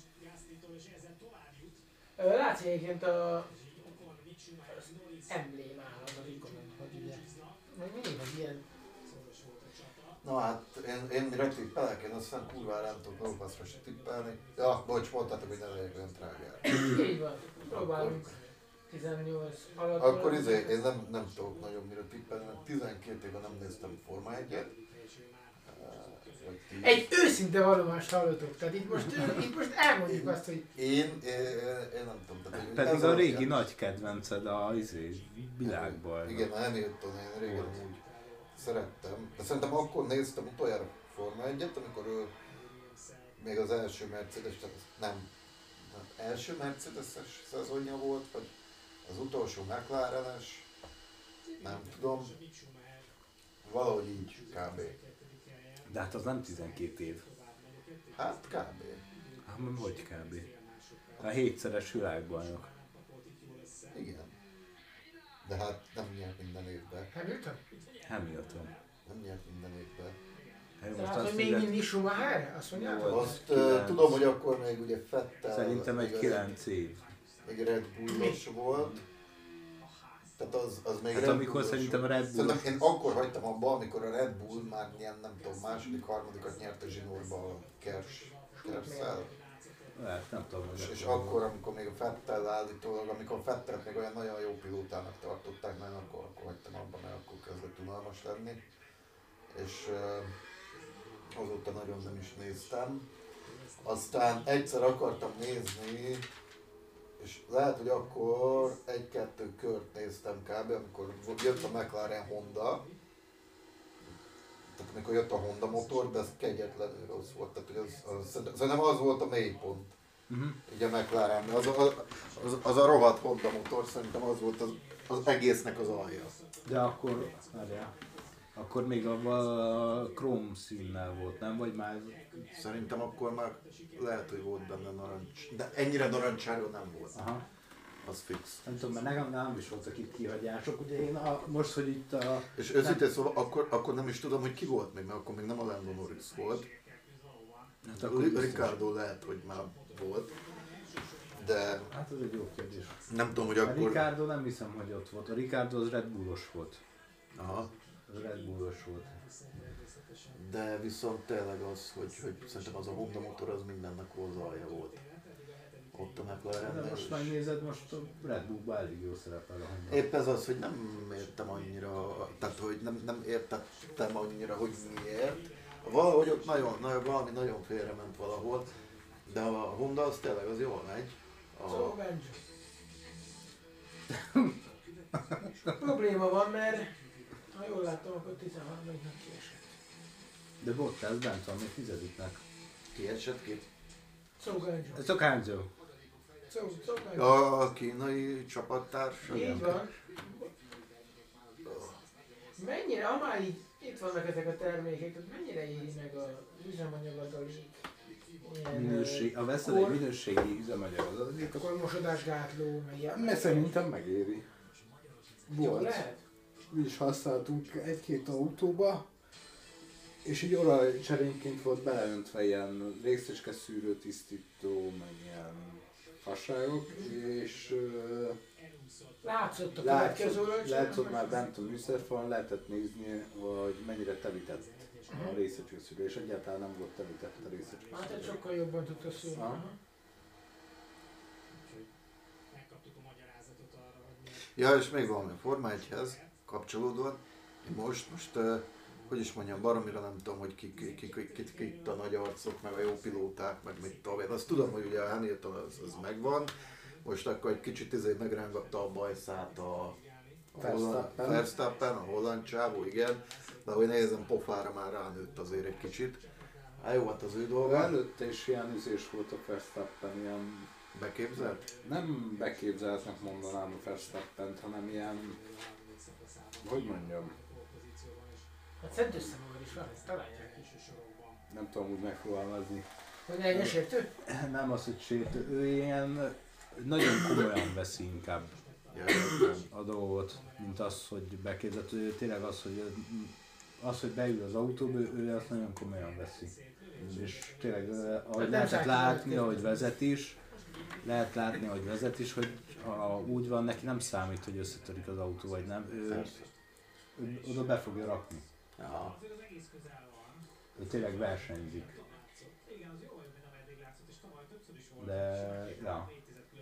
Látsz egyébként az emblémára, az ikonon, hogy ugye, még mindig van ilyen. Na hát, én mire tippelek? Én aztán kurvára nem tudok Novbaszra se tippelni. Ja, bocs, mondtátok, hogy ne legyek olyan trágár. Így van, próbálunk 18 alatt. Akkor én nem tudok nagyon mire tippelni, mert 12 éve nem néztem Forma 1-et. Egy őszinte vallomást hallottok, tehát itt most elmondjuk azt, hogy... Én nem tudom. Tehát, Pedig a régi nagy kedvenced a világban. Igen, a Hamilton, én régen úgy szerettem. De szerintem akkor néztem utoljára Forma 1-et, amikor ő még az első Mercedes, tehát nem első Mercedes-es szezonja volt, vagy az utolsó McLaren-es, nem tudom. Valahogy így kb. De hát az nem 12 év. Hát kb. Hát hogy kb. A 7-szeres világbajnok. Igen. De hát nem nyert minden évben. Hamilton. Nem nyert minden évben. Tehát, hogy még mindig Schumacher? Azt mondjátok? Azt tudom, hogy akkor még ugye Vettel... Szerintem egy 9 év. Még Red Bullos volt. Tehát az még Hát Red amikor Bullos szerintem a volt. Red Bull... Szerintem én akkor hagytam abba, amikor a Red Bull már ilyen, nem tudom, második, harmadikat nyert a zsinórba a Kerszel. Lehet, nem tudom, hogy És akkor, amikor még a Vettel állítólag, amikor Vettelt még olyan nagyon jó pilótának tartották, mert akkor hagytam abba, mert akkor kezdett unalmas lenni. És azóta nagyon nem is néztem. Aztán egyszer akartam nézni, és lehet, hogy akkor egy-kettő kört néztem kb. Amikor jött a McLaren Honda. Tehát amikor jött a Honda motor, de ez kegyetlenül rossz volt. Tehát, hogy szerintem az volt a mélypont. Ugye a McLaren, az a rohadt Honda motor, szerintem az volt az egésznek az alja. De akkor, várjál, akkor még a Chrome színnel volt, nem? Vagy már... Szerintem akkor már lehet, hogy volt benne narancs, de ennyire narancsága nem volt. Aha. Az fix. Nem tudom, mert nekem is voltak itt kihagyások, ugye én most, hogy itt a... És őszintén szóval akkor nem is tudom, hogy ki volt még, mert akkor még nem a Lando Norris volt. Hát akkor Ricardo lehet, hogy már volt. De hát ez egy jó kérdés. nem tudom, hogy A akkor... Ricardo nem hiszem, hogy ott volt. A Ricardo az Red Bullos volt. Aha. Az Red Bullos volt. De viszont tényleg az, hogy szerintem az a Honda motor az mindennek az alja volt. Ott a McLaren. De most megnézed, most a Red Bullban elég jó szerepel a Honda. Épp ez az, hogy nem értem annyira, tehát hogy nem értettem annyira, hogy miért. Valahogy ott valami nagyon félrement valahol, de a Honda az tényleg az jól megy. Probléma van, mert ha jól láttam, akkor 13-nak kiesett. De Bottas bent van még 10-nek. Kiesett ki? Szokáncó. A kínai csapattársa. Így van. Mennyire, ha már így itt vannak ezek a termékek, tehát mennyire éri meg a üzemanyag adalék? Ha veszel egy minőségi üzemanyag adalék, akkor mosodásgátló, meg ilyen. mert szerintem megéri. Jó lehet? Mi is használtunk egy-két autóba, és így olajcserénként volt beleöntve ilyen részecske szűrő, tisztító, meg ilyen fasságok, és látszott a következő olajcseré? látszott már bent a műszerfalon, lehetett nézni, hogy mennyire telített a részecske szűrő, és egyáltalán nem volt telített a részecske Hát egy szűrő. sokkal jobban tudta szűrni. Ja, és még valami Forma 1-hez kapcsolódóan. Én most hogy is mondjam, baromira nem tudom, hogy kik a nagy arcok, meg a jó pilóták, meg mit tudom én. Azt tudom, hogy ugye a Hamilton az megvan. Most akkor egy kicsit megrángatta a bajszát a Verstappen, a holland csávó, igen. De ahogy nézem, pofára már ránőtt azért egy kicsit. Hát jó, hát az ő dolga. Előtte is ilyen üzés volt a Verstappen, ilyen... Beképzelt? Nem beképzeltnek mondanám a Verstappent, hanem ilyen... Hogy mondjam? Hát szent összemagad is van, ezt találják is. Nem tudom úgy megfogalmazni. Hogy ne legyen sértő? Nem az, hogy sértő, ő ilyen nagyon komolyan veszi inkább. a dolgot, mint az, hogy beképzett, ő tényleg hogy beül az autóba, ő azt nagyon komolyan veszi. És tényleg, ahogy lehet látni, ahogy vezet is, hogy úgy van, neki nem számít, hogy összetörik az autó, vagy nem, ő oda be fogja rakni. Ja. Ő tényleg versenyzik. De, ja.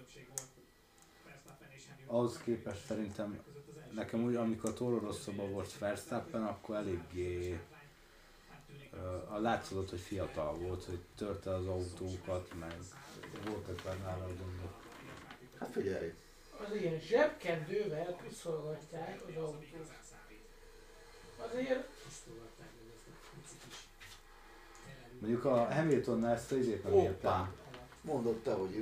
Ahhoz képest szerintem, nekem úgy, amikor Toro Rosso-ban volt Verstappen, akkor eléggé látszott, hogy fiatal volt, hogy törte az autókat, meg voltak már nála gondok. Hát figyelj! Az ilyen zsebkendővel puszolgatják az autót. Azért... Mondjuk a Hamiltonnál ezt az izét nem értem. Mondod te, hogy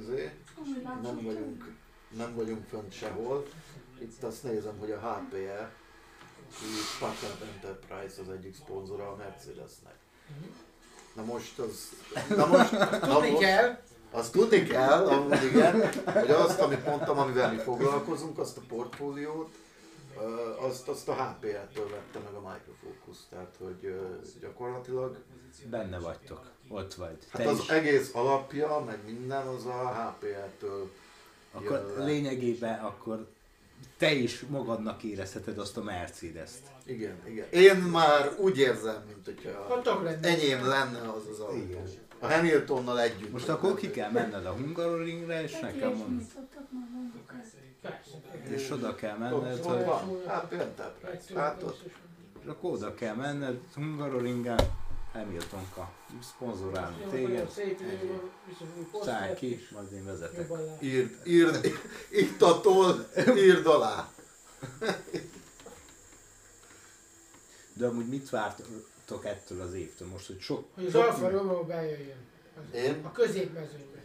nem vagyunk fönt sehol. Itt azt nézem, hogy a HPE, Packard Enterprise az egyik szponzora a Mercedesnek. Na most azt tudni kell, amúgy igen, hogy azt, amit mondtam, amivel mi foglalkozunk, azt a portfóliót, azt a HPE-től vette meg a Microfocus, tehát hogy gyakorlatilag... Benne vagytok, ott vagy. Hát az egész alapja, meg minden az a HPE-től akkor lényegében akkor te is magadnak érezheted azt a Mercedes-t. Igen. Én már úgy érzem, mint hogyha enyém lenne az az autó. Igen. A Hamiltonnal együtt. Most akkor ki kell menned a Hungaroringre, és nekem mondani. És oda kell menned, hogy... Hát Enterprise. Hát ott. És akkor oda kell menned Hungaroringen, Hamiltonka szponzorálni téged. Szállj ki, majd én vezetek. Iktatól, írd alá. De amúgy mit vártok ettől az évtől most, hogy sok... Hogy az Alfa Romeo bejöjjön. Én? A középmezőnybe.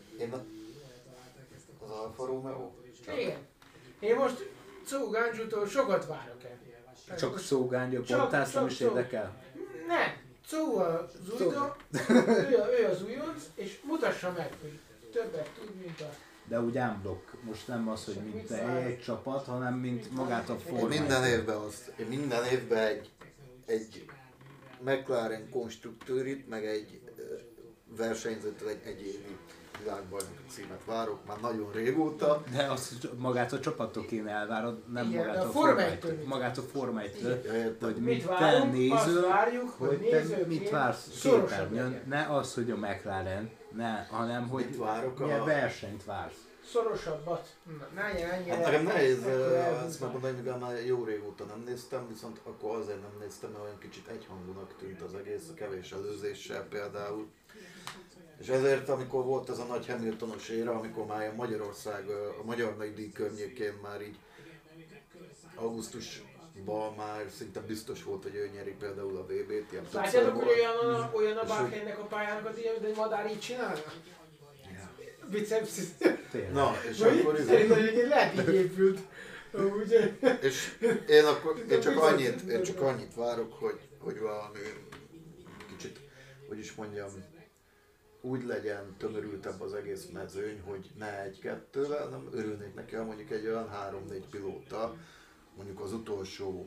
Az Alfa Romeo? Igen. Én most Czógáncsútól sokat várok el. Csak Czógángyó pontász nem is érdekel? Nem. Czó az újdon, ő az újonc, és mutassa meg, hogy többet tud, mint a... De úgy unblock, most nem az, hogy mint egy csapat, hanem mint magát a formát. Én minden évben egy McLaren konstruktőrit, meg egy versenyzőtől egy egyéni világbajnoki címet várok, már nagyon régóta. De azt magát a csapattól kéne elvárod, nem igen, magát a formától. Magát a formáitől, hogy mit te néző, hogy te mit vársz képernyőn. Ne az, hogy a McLaren, hanem hogy milyen versenyt vársz. Szorosabbat. Hát nekem nehéz ezt megmondani, mivel már jó régóta nem néztem, viszont akkor azért nem néztem, mert olyan kicsit egyhangúnak tűnt az egész, a kevés előzéssel például. És ezért, amikor volt ez a nagy Hamiltonos éra, amikor már Magyarország a Magyar Nagydíj környékén már így augusztusban már szinte biztos volt, hogy ő nyeri például a VB-t. Látjátok, hogy olyan a Bákhelynek a pályának a díja, de egy madár így csinálna? Bicepsz. Na, és akkor szerintem lehet így épült. És én csak annyit várok, hogy valami kicsit, hogy is mondjam, úgy legyen tömörültebb az egész mezőny, hogy ne egy-kettővel, hanem örülnék neki, ha mondjuk egy olyan 3-4 pilóta, mondjuk az utolsó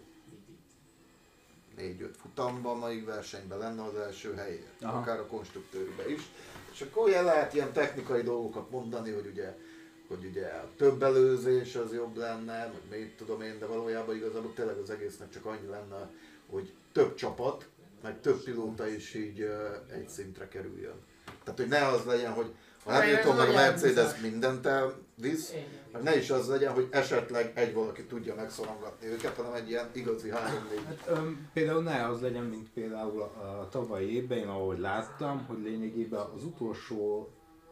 4-5 futamban, amelyik versenyben lenne az első helyen, akár a konstruktőrbe is. És akkor ugye lehet ilyen technikai dolgokat mondani, hogy ugye a több előzés az jobb lenne, meg mit tudom én, de valójában igazából tényleg az egésznek csak annyi lenne, hogy több csapat, meg több pilóta is így egy szintre kerüljön. Tehát, hogy ne az legyen, hogy a Hamilton meg a Mercedes mindent elvisz, meg ne is az legyen, hogy esetleg egy valaki tudja megszorongatni őket, hanem egy ilyen igazi 3-4. Hát, például ne az legyen, mint például a tavalyi évben, én ahogy láttam, hogy lényegében az utolsó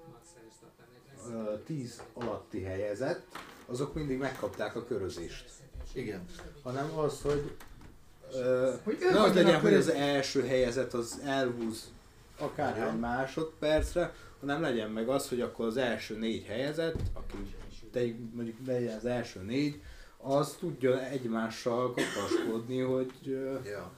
10 alatti helyezett, azok mindig megkapták a körözést. Igen. Hanem az, hogy ne az legyen, hogy az első helyezett az elhúz akárhány másodpercre, hanem legyen meg az, hogy akkor az első 4 helyezett, aki mondjuk legyen az első 4, az tudja egymással kapaskodni, hogy... Ja.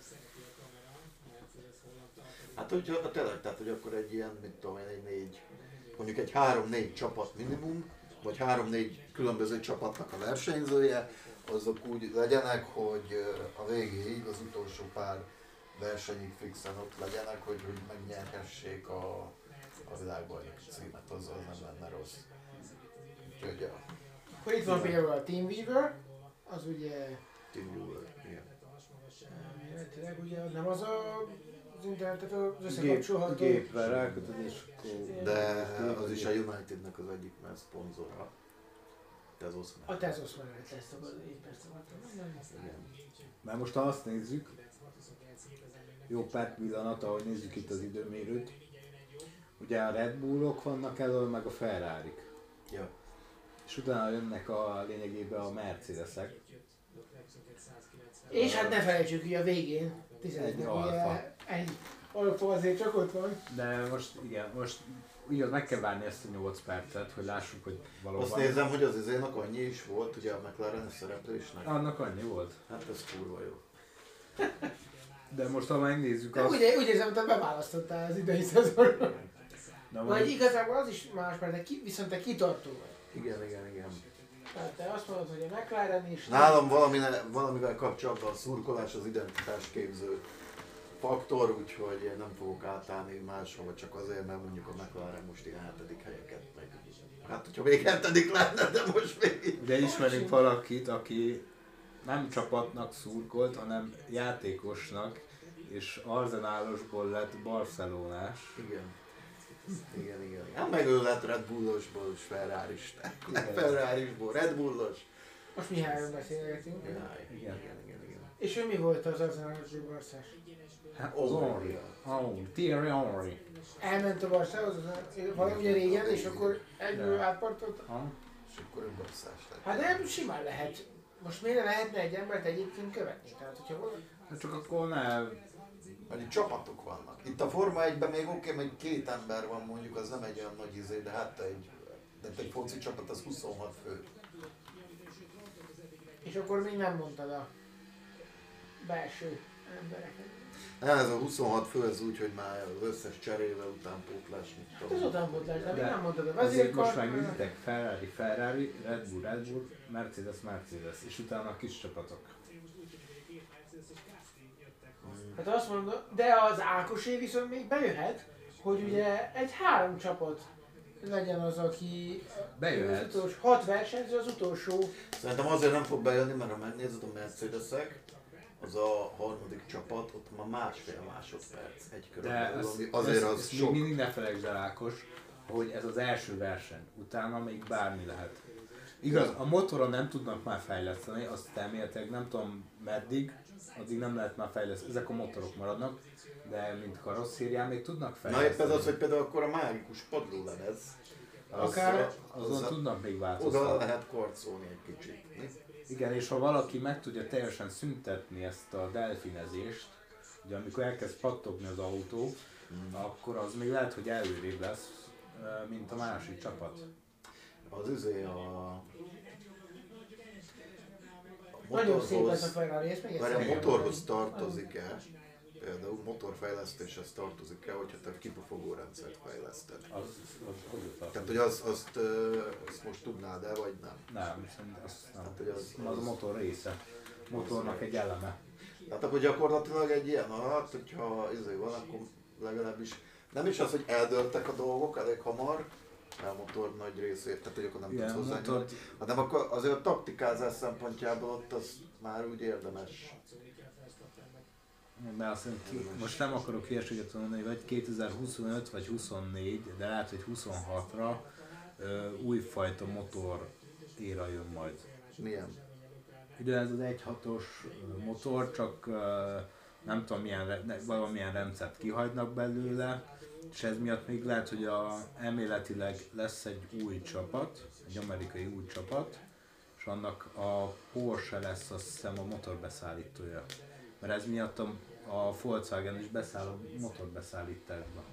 Hát tényleg, tehát hogy akkor egy ilyen, mit tudom én, mondjuk egy 3-4 csapat minimum, vagy 3-4 különböző csapatnak a versenyzője, azok úgy legyenek, hogy a végéig, az utolsó pár versenyig fixen ott legyenek, hogy megnyerhessék a világbajnoki címet, az nem lenne rossz. Úgyhogy Akkor itt van például a Teamweaver, az ugye... Teamweaver, igen. Tényleg ugye nem az az internetet az összekapcsolható... Gépre rákötöd és De az is a Unitednek az egyik szponzora. Tezos. A Tezos mellett lesz a éppen szabadon. Mert most ha azt nézzük, jó pár pillanat, ahogy nézzük itt az időmérőt, ugye a Red Bullok vannak elől, meg a Ferrarik. Ja. És utána jönnek a lényegében a Mercedesek. És hát ne felejtsük, hogy a végén 11 Egy Alfa. Egy Alfa azért csak ott van. De most igen, most igaz, meg kell várni ezt a 8 percet, hogy lássuk, hogy valóban... Azt nézem, hogy az izének annyi is volt, ugye a McLaren szereplésnek. Annak annyi volt. Hát ez kurva jó. De most ha megnézzük De azt... úgy érzem, hogy te beválasztottál az idei szezonra. Na, Vagy igazából az is más, mert viszont te kitartó vagy. Igen. Tehát te azt mondod, hogy a McLaren is... Nálam valamivel kapcsolatban a szurkolás az identitásképző faktor, úgyhogy én nem fogok átállni máshova csak azért, mert mondjuk a McLaren most ilyen 7. helyeket meg. Hát, hogyha még 7. lenne, de most még... De ismerünk valakit, aki nem csapatnak szurkolt, hanem játékosnak, és Arzenálosból lett Barcelonás. Igen. Hát meg ő lett Red Bullosból és Ferraris. Ferrarisból Red Bullos. Most mi hárman beszélgetünk. Igen. És ő mi volt az Arzenálos Barszás? Hát az Henry. Thierry Henry. Elment a Barszához, valami régen, és akkor egyből átpartolt. És akkor ő basszás lett. Hát de simán lehet. Most miért ne lehetne egy embert egyébként követni? Tehát, hogyha valami... Hát csak akkor ne... Annyi csapatok vannak. Itt a Forma 1-ben még oké, még 2 ember van mondjuk, az nem egy olyan nagy izé, de hát egy foci csapat az 26 fő. És akkor még nem mondtad a belső embereket. Ez a 26 fő, ez úgy, hogy már az összes cserével utánpótlás, mit Hát tudom. az utánpótlás, de még nem mondtad a Azért vezérkar. most megnézitek Ferrari, Red Bull, Mercedes, és utána a kis csapatok. Hát azt mondom, de az Ákosé viszont még bejöhet, hogy ugye egy 3 csapat legyen az, aki Bejöhet. az utolsó, 6 versenyző az utolsó. Szerintem azért nem fog bejönni, mert ha megnézed a Mercedesek, az a harmadik csapat, ott már 1,5 másodperc egy körülbelül, azért az sok. Mindig ne felejtsd el, Ákos, hogy ez az első verseny, utána még bármi lehet. Igaz, a motoron nem tudnak már fejleszteni, azt elméletileg nem tudom meddig, addig nem lehet már fejleszteni, ezek a motorok maradnak, de mint karosszérián még tudnak fejleszteni. Na épp ez az, hogy például akkor a mágikus padlólemez, azon tudnak még változtatni. oda lehet korcolni egy kicsit. Igen, és ha valaki meg tudja teljesen szüntetni ezt a delfinezést, ugye amikor elkezd pattogni az autó, akkor az még lehet, hogy előrébb lesz, mint a másik csapat. Az a Nagyon szép ez a Ferrari, ezt még a motorhoz tartozik-e, például motorfejlesztéshez tartozik-e, hogyha te kipufogó rendszert fejleszted? Az Tehát, hogy azt most tudnád el, vagy nem? Nem, szerintem az nem. Hát, hogy Az a motor része. Motornak egy eleme. Tehát akkor gyakorlatilag egy ilyen alatt, hogyha van, akkor legalábbis nem is az, hogy eldőltek a dolgok elég hamar, a motor nagy részét, tehát hogy akkor nem tudsz hozzányúlni, hanem akkor azért a taktikázás szempontjából ott az már úgy érdemes. Mert azt mondom, most nem akarok hülyeséget mondani, vagy 2025 vagy 24, de lehet, hogy 26-ra újfajta motor éra jön majd. Milyen? Ugye ez az 1.6-os motor, csak nem tudom valamilyen rendszert kihagynak belőle, és ez miatt még lehet, hogy elméletileg lesz egy új csapat, egy amerikai új csapat, és annak a Porsche lesz azt hiszem a motorbeszállítója. Mert ez miatt a Volkswagen is beszáll a motorbeszállításba.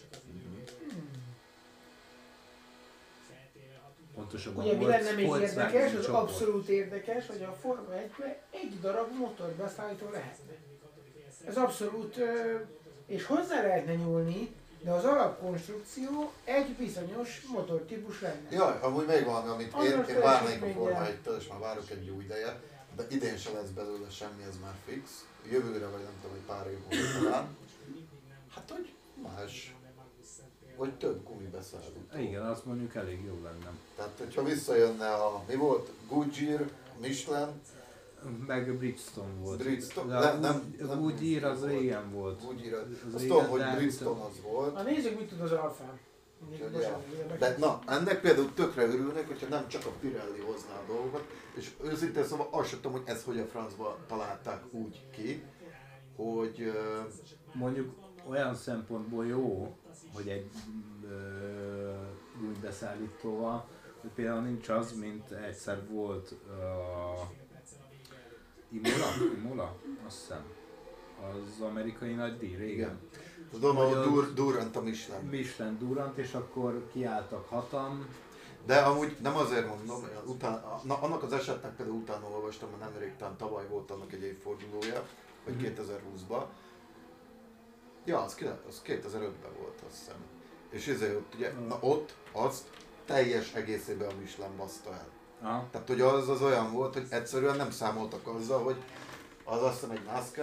Pontosabban ugye mi lenne még Volkswagen érdekes, az csoport. abszolút érdekes, hogy a Forma 1-ben egy darab motorbeszállító lehetne. Ez abszolút, és hozzá lehetne nyúlni de az alapkonstrukció egy bizonyos motortípus lenne. Jaj, amúgy még valami, amit Azonos én várnék a teljesítménnyel. Forma 1-től, és már várok egy jó ideje, de idén se lesz belőle semmi, ez már fix. Jövőre vagy nem tudom, hogy pár év múlva talán. Hát, hogy más, vagy több gumibeszállító. Igen, azt mondjuk elég jó lenne. Tehát, hogyha visszajönne mi volt? Goodyear, Michelin, Meg Bridgestone volt. Bridgestone, De nem, Goodyear az régen volt. Goodyear, Az azt régen, tudom, hogy de- Bridgestone az volt. Na nézzük, mit tud az Alfán. De na, ennek például tökre örülnek, hogyha nem csak a Pirelli hozná a dolgokat, és őszintén szóval azt sem tudom, hogy ezt hogy a francba találták úgy ki, hogy Mondjuk olyan szempontból jó, hogy egy gummibeszállítóval, hogy például nincs az, mint egyszer volt Imola, azt hiszem, az amerikai nagy díj régen. igen. Tudom, Vagy hogy az- Durant a Michelin. Michelin Durant, és akkor kiálltak hatan. De amúgy nem azért mondom, annak az esetnek például utána olvastam, mert nemrég talán tavaly volt annak egy évfordulója, vagy 2020-ban. Ja, az 2005-ben volt, azt hiszem. És ott ugye, ott azt teljes egészében a Michelin baszta el. Aha. Tehát, hogy az olyan volt, hogy egyszerűen nem számoltak azzal, hogy az azt hiszem egy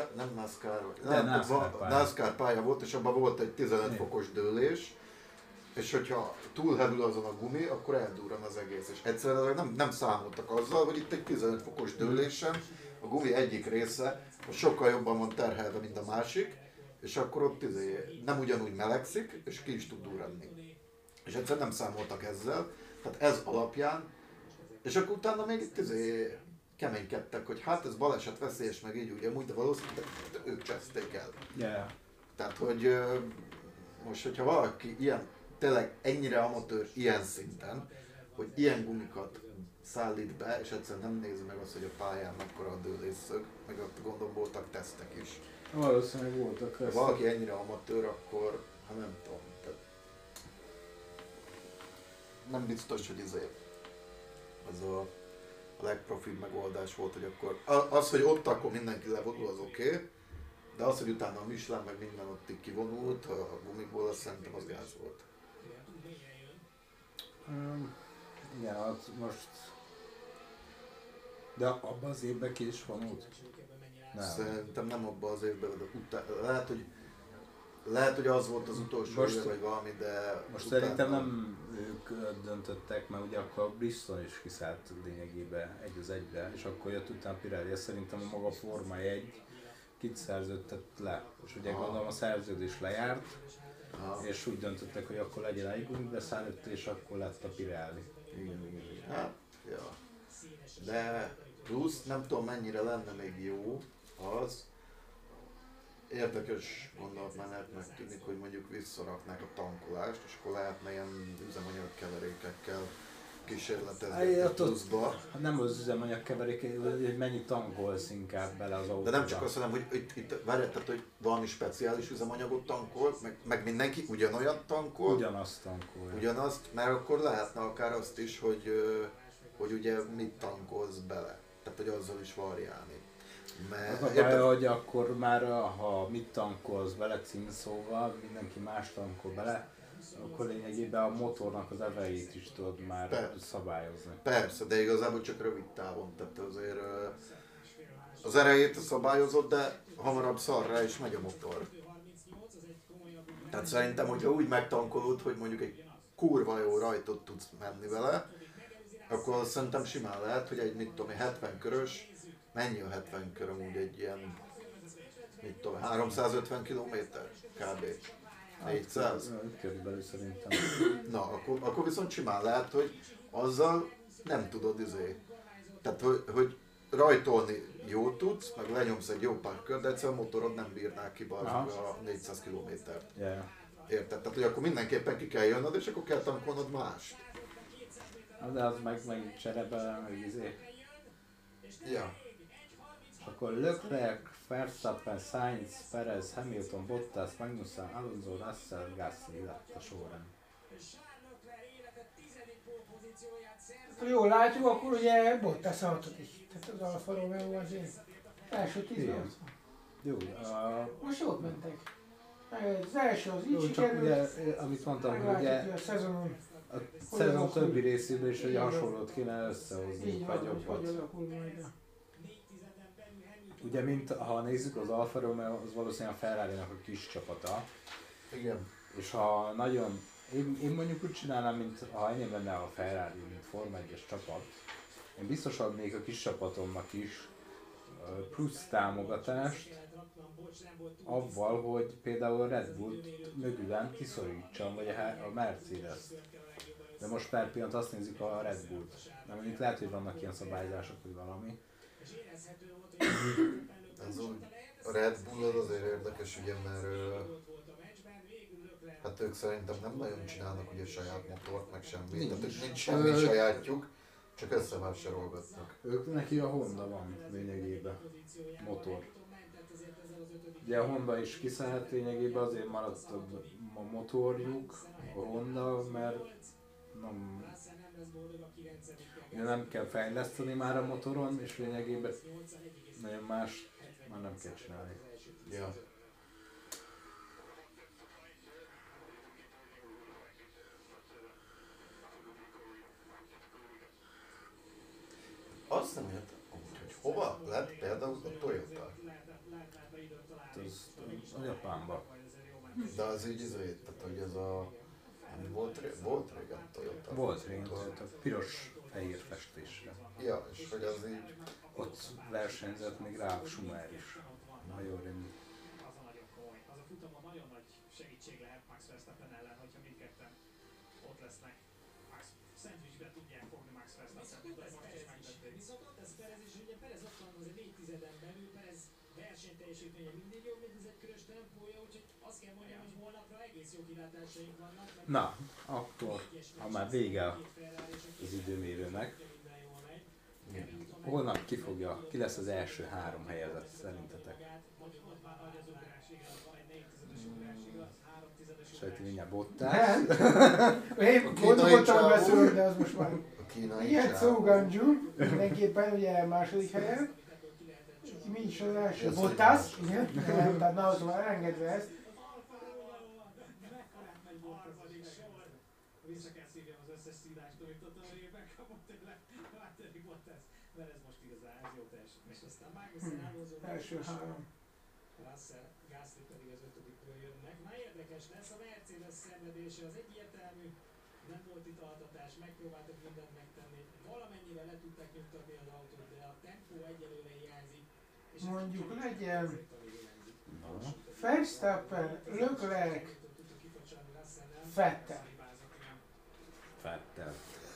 NASCAR pálya volt, és abban volt egy 15 fokos dőlés, és hogyha túlhevül azon a gumi, akkor eldurran az egész. És egyszerűen nem számoltak azzal, hogy itt egy 15 fokos dőlésen a gumi egyik része az sokkal jobban van terhelve, mint a másik, és akkor ott nem ugyanúgy melegszik, és ki is tud durranni. És egyszerűen nem számoltak ezzel, tehát ez alapján, és akkor utána még itt keménykedtek, hogy hát ez baleset veszélyes, meg így ugye, de valószínűleg ők cseszték el. Yeah. Tehát, hogy most, hogyha valaki ilyen, tényleg ennyire amatőr ilyen szinten, hogy ilyen gumikat szállít be, és egyszerűen nem nézi meg azt, hogy a pályán mekkora a dőlésszög, meg ott gondolom voltak tesztek is. Valószínűleg voltak Ha ezt. valaki ennyire amatőr, akkor, hát nem tudom, tehát nem biztos, hogy az a legprofibb megoldás volt, hogy akkor az, hogy ott akkor mindenki levonul, az oké, de az, hogy utána a Michelin meg minden ott így kivonult a gumiból, azt szerintem az gáz volt. Igen, hát most... De abban az évben ki is vonult? Nem. Szerintem nem abban az évben, de lehet, hogy az volt az utolsó Most- év, vagy valami, de Most utána- szerintem nem ők döntöttek, mert ugye akkor a Bridgestone is kiszállt lényegében 1-1-be, és akkor jött utána Pirelli, szerintem a maga Forma 1 kit szerződtett le. És ugye gondolom a szerződés lejárt, Aha. és úgy döntöttek, hogy akkor legyen egy gumibeszállító, és akkor lett a Pirelli. Igen. Hát, ja. De plusz nem tudom mennyire lenne még jó az, érdekes gondolatmenetnek tűnik, hogy mondjuk visszaraknák a tankolást, és akkor lehetne ilyen üzemanyagkeverékekkel kísérletezni Hát, pluszba. Nem az üzemanyagkeverék, hogy mennyit tankolsz inkább bele az autóba. De nem csak azt mondom, hogy itt várjál, tehát, hogy valami speciális üzemanyagot tankol, meg mindenki ugyanolyan tankol, Ugyanazt tankolja. ugyanazt, mert akkor lehetne akár azt is, hogy ugye mit tankolsz bele. Tehát, hogy azzal is variálni. Az a baj, hogy akkor már ha mit tankolsz bele címszóval, mindenki más tankol bele, akkor lényegében a motornak az erejét is tudod már Persze. szabályozni. Persze, de igazából csak rövid távon, tehát azért az erejét szabályozott, de hamarabb szarrá is megy a motor. Tehát szerintem, hogyha úgy megtankolod, hogy mondjuk egy kurva jó rajtot tudsz menni vele, akkor szerintem simán lehet, hogy egy mit tudom én, 70 körös, mennyi a 70 kör amúgy egy ilyen, mit tudom, 350 km kb. 400? Körülbelül szerintem. Na, akkor viszont simán lehet, hogy azzal nem tudod tehát, hogy rajtolni jó tudsz, meg lenyomsz egy jó pár kör, de egyszerűen a motorod nem bírná ki a 400 km-t. Yeah. Érted? Tehát, hogy akkor mindenképpen ki kell jönnöd, és akkor kell tankolnod mást. De az meg cserébe, meg Ja. Akkor Leclerc, Verstappen, Sainz, Perez, Hamilton, Bottas, Magnussen, Alonso, Russell, Gasly lett a sorrend. Ha jól látjuk, akkor ugye Bottas a hatodik. Tehát az Alfa Romeo azért első 10 Igen. Jó, Most jót mentek. Az első az így Jó, csak sikerült, ugye, amit mondtam, hogy meglátjuk, ugye hogy a szezonon a szezon többi részében is egy hasonlót kéne összehozni, így vagy van, hogy jobbat. alakul majd. Ugye, mint ha nézzük az Alfa Romeo, az valószínűleg a Ferrari-nak a kis csapata. Igen. És ha nagyon... Én mondjuk úgy csinálnám, mint ha enyém lenne a Ferrari, mint Forma 1-es csapat. Én biztos adnék a kis csapatomnak is plusz támogatást, avval, hogy például a Red Bullt mögülem kiszorítsam, vagy a Mercedes-t. De most per pillanat azt nézzük a Red Bullt. De mondjuk lehet, hogy vannak ilyen szabályzások, vagy valami. Ez úgy, a Red Bull az azért érdekes, ugye, mert hát ők szerintem nem nagyon csinálnak ugye saját motort, meg semmi. Tehát ők nincs semmi sajátjuk, csak összevásárolgatnak. Ők neki a Honda van lényegében, motor. Ugye a Honda is kiszállt lényegében, azért maradt a motorjuk, a Honda, mert nem kell fejleszteni már a motoron, és lényegében nagyon más már nem kell csinálni. Ja. Azt nem értem, hogy hova lett például a Toyota. Ez a Japánban. De az így izé, tehát hogy ez a... Volt régen Toyota. Volt régen Toyota, piros-fehér festésre. Ja, és hogy az így... Ott versenyzett még Ralf Schumacher is. Na jól rémlik. Az a futama nagyon nagy segítség lehet Max Verstappen ellen, hogyha mindketten ott lesznek. Max szendvicsbe tudják fogni Max Verstappen. Viszont ott lesz Perez, és ugye Perez ott van azért 4 tizeden belül, Perez versenyteljesítménye mindig jobb, mint ez egy körös tempója, úgyhogy azt kell mondjam, hogy holnapra egész jó kilátásaink vannak. Na, akkor, ha már vége az időmérőnek, holnap ki lesz az első 3 helyezett szerintetek? Sejti mindjárt Bottas. Én gondoltam, hogy beszélünk, de az most már... A kínai Igen, csávó. Zhou Guanyu, mindenképpen ugye második helyen. Mi is az első? Bottas, igen. Nem, tehát nálatok már elengedve ezt. Vissza kell szívjam az összes szívást, amit ott a megkapott tőle, Valtteri Bottas, mert ez most igazán ez jó teljesítmény. És aztán Magnussen Alonso Első 3. Russell, Gasly pedig az 5-ről jönnek. Na érdekes lesz, a Mercedes szenvedése az egyértelmű, nem volt itt altatás, megpróbáltak mindent megtenni, valamennyire le tudták nyugtatni az autót, de a tempó egyelőre hiányzik. És Mondjuk legyen Verstappen, Leclerc, Vettel. Vettel.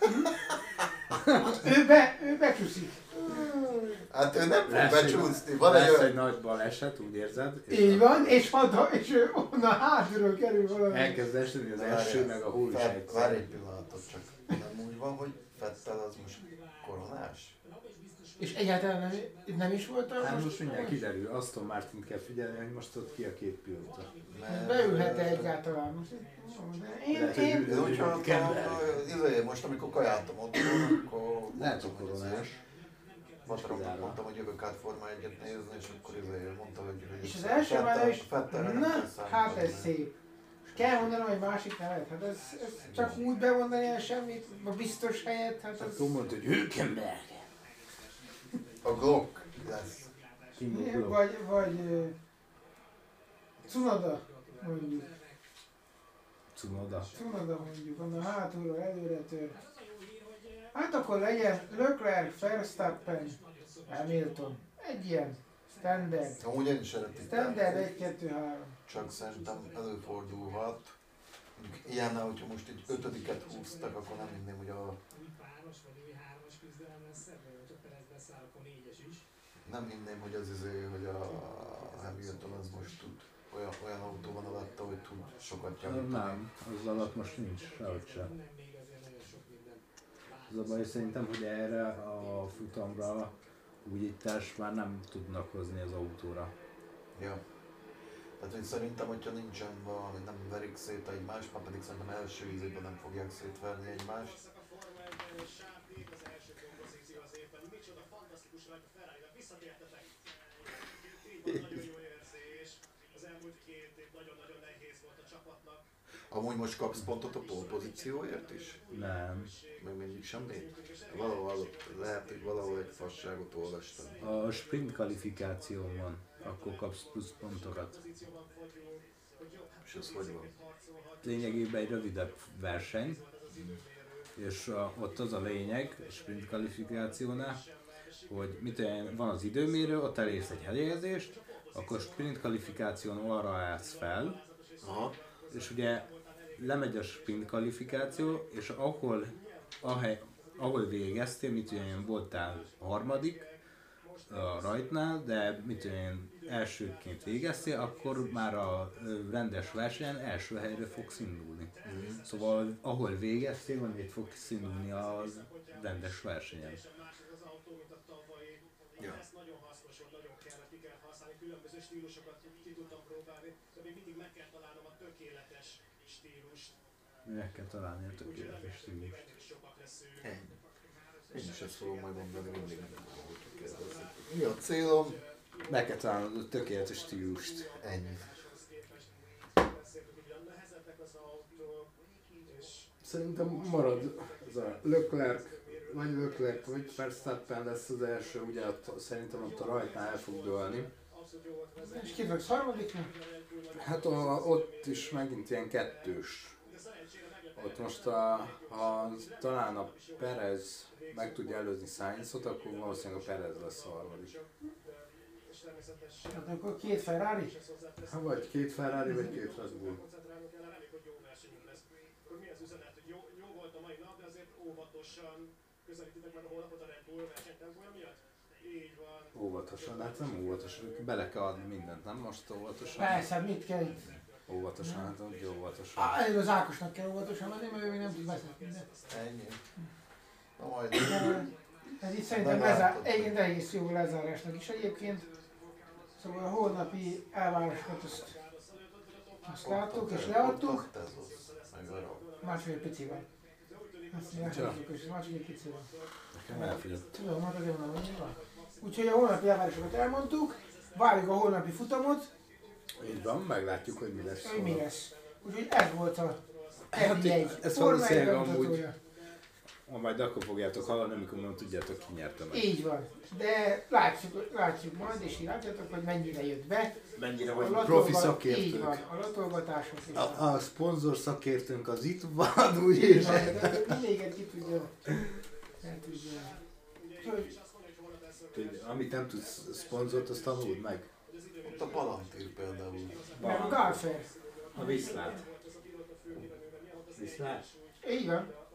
Ő becsúszik. Hát ő nem fog Lesz becsúszni, van egy lesz egy olyan... nagy baleset, úgy érzed? Így van, és ő onnan hátulról kerül valami. Elkezd esni az első, meg a hó is egyszer. Várj egy pillanatot csak. Nem úgy van, hogy Vettel az most koronás? És egyáltalán nem is volt a Hát most mindjárt kiderül, Aston Martin kell figyelni, hogy most ott ki a 2 pilóta. Beülhet-e egyáltalán most? Lehet, hogy Én Én úgy hallottam, most amikor kajáltam ott, akkor... lehet a koronás. Vataromnak mondtam, hogy jövök át Forma 1-et nézni, és akkor mondta, hogy... és az első már is, Vettelre nem na, kell számítani. hát ez szép. És kell mondanom egy másik nevet, hát ez csak úgy bemondani el semmit, a biztos helyet, hát ez... Akkor mondta, hogy Hülkenberg. A Glock lesz. Vagy Tsunoda, mondjuk. Tsunoda mondjuk, onnan hátulról előre tör. Hát akkor legyen Leclerc, Verstappen, Hamilton. Egy ilyen standard. Amúgy én is szeretik. Standard 1, 2, 3. Csak szerintem előfordulhat. Mondjuk ilyennel, hogyha most egy 5-et húztak, akkor nem hinném, hogy a... Nem hinném, hogy az hogy a Hamilton az most tud olyan autó van alatta, hogy tud sokat javítani. Nem, az alatt most nincs, sehogy sem. Az a baj szerintem, hogy erre a futamra újítást már nem tudnak hozni az autóra. Ja. Tehát, hogy szerintem, hogyha nincsen valami, nem verik szét egymást, már pedig szerintem első ízében nem fogják szétverni egymást. Nagyon jó érzés. Az elmúlt 2 év nagyon-nagyon nehéz. Amúgy most kapsz pontot a pole pozícióért is? Nem. Meg mindig semmit? Valahol, lehet, hogy valahol egy fasságot olvastam. A sprint kvalifikáción van, akkor kapsz plusz pontokat. És ez hogy van? Lényegében egy rövidebb verseny, és ott az a lényeg, a sprint kvalifikációnál, hogy van az időmérő, ott elérsz egy helyezést, akkor sprint kvalifikáción arra állsz fel, Aha. és ugye lemegy a sprint kvalifikáció, és ahol végeztél, voltál harmadik a rajtnál, de elsőként végeztél, akkor már a rendes versenyen első helyre fogsz indulni. Szóval ahol végeztél, onnét fogsz indulni a rendes versenyen. Ja. Ez nagyon hasznos volt, nagyon kellett, ki kell használni, különböző stílusokat ki tudtam próbálni, de még mindig meg kell találnom a tökéletes stílust. Meg kell találni a tökéletes stílust. Ennyi. Én is ezt fogom majd mondani, mindig nem tudom, hogy kérdezni. Mi a célom? Meg kell találnod a tökéletes stílust. Ennyi. Szerintem marad az a Leclerc, vagy Verstappen lesz az első, ugye szerintem ott a rajtnál el fog dőlni. És ki fogsz harmadiknak? Hát ott is megint ilyen kettős. Ott most ha talán a Perez meg tudja előzni Sainzot, akkor valószínűleg a Perez lesz a harmadik. Hát akkor két Ferrari? Ha vagy két Ferrari, vagy két Red Bull. Óvatosan, hát nem óvatosan, bele kell adni mindent, nem most óvatosan? Persze, mit kell itt? Óvatosan, hát úgy óvatosan. Az Ákosnak kell óvatosan menni, mert ő még nem tud vezetni. Ennyi. Na majd. Ez itt szerintem egy egész jó lezárásnak is egyébként. Szóval a holnapi elvárásokat azt láttuk és leadtuk. Másfél picivel. Azt mondják, hogy másfél picivel. Nekem elfogyott. Tudom, hát azért mondom, hogy van. Úgyhogy a holnapi elvárásokat elmondtuk, várjuk a holnapi futamot. Így van, meglátjuk, hogy mi lesz. Hogy mi lesz. Úgyhogy ez volt a Hát egy ez valószínűleg amúgy, majd akkor fogjátok hallani, amikor nem tudjátok, ki nyerte meg. Így van. De látjuk majd, és látjátok, hogy mennyire jött be. Mennyire vagy profi Így szakértők. van, a latolgatások is. A szponzor szakértőnk az itt van, úgyis. Mindig ki tudja. Amit nem tudsz szponzort, azt tanuld meg. Ott a Palantír például. Meg a Galfer. A Viszlát. Viszlát? Így van.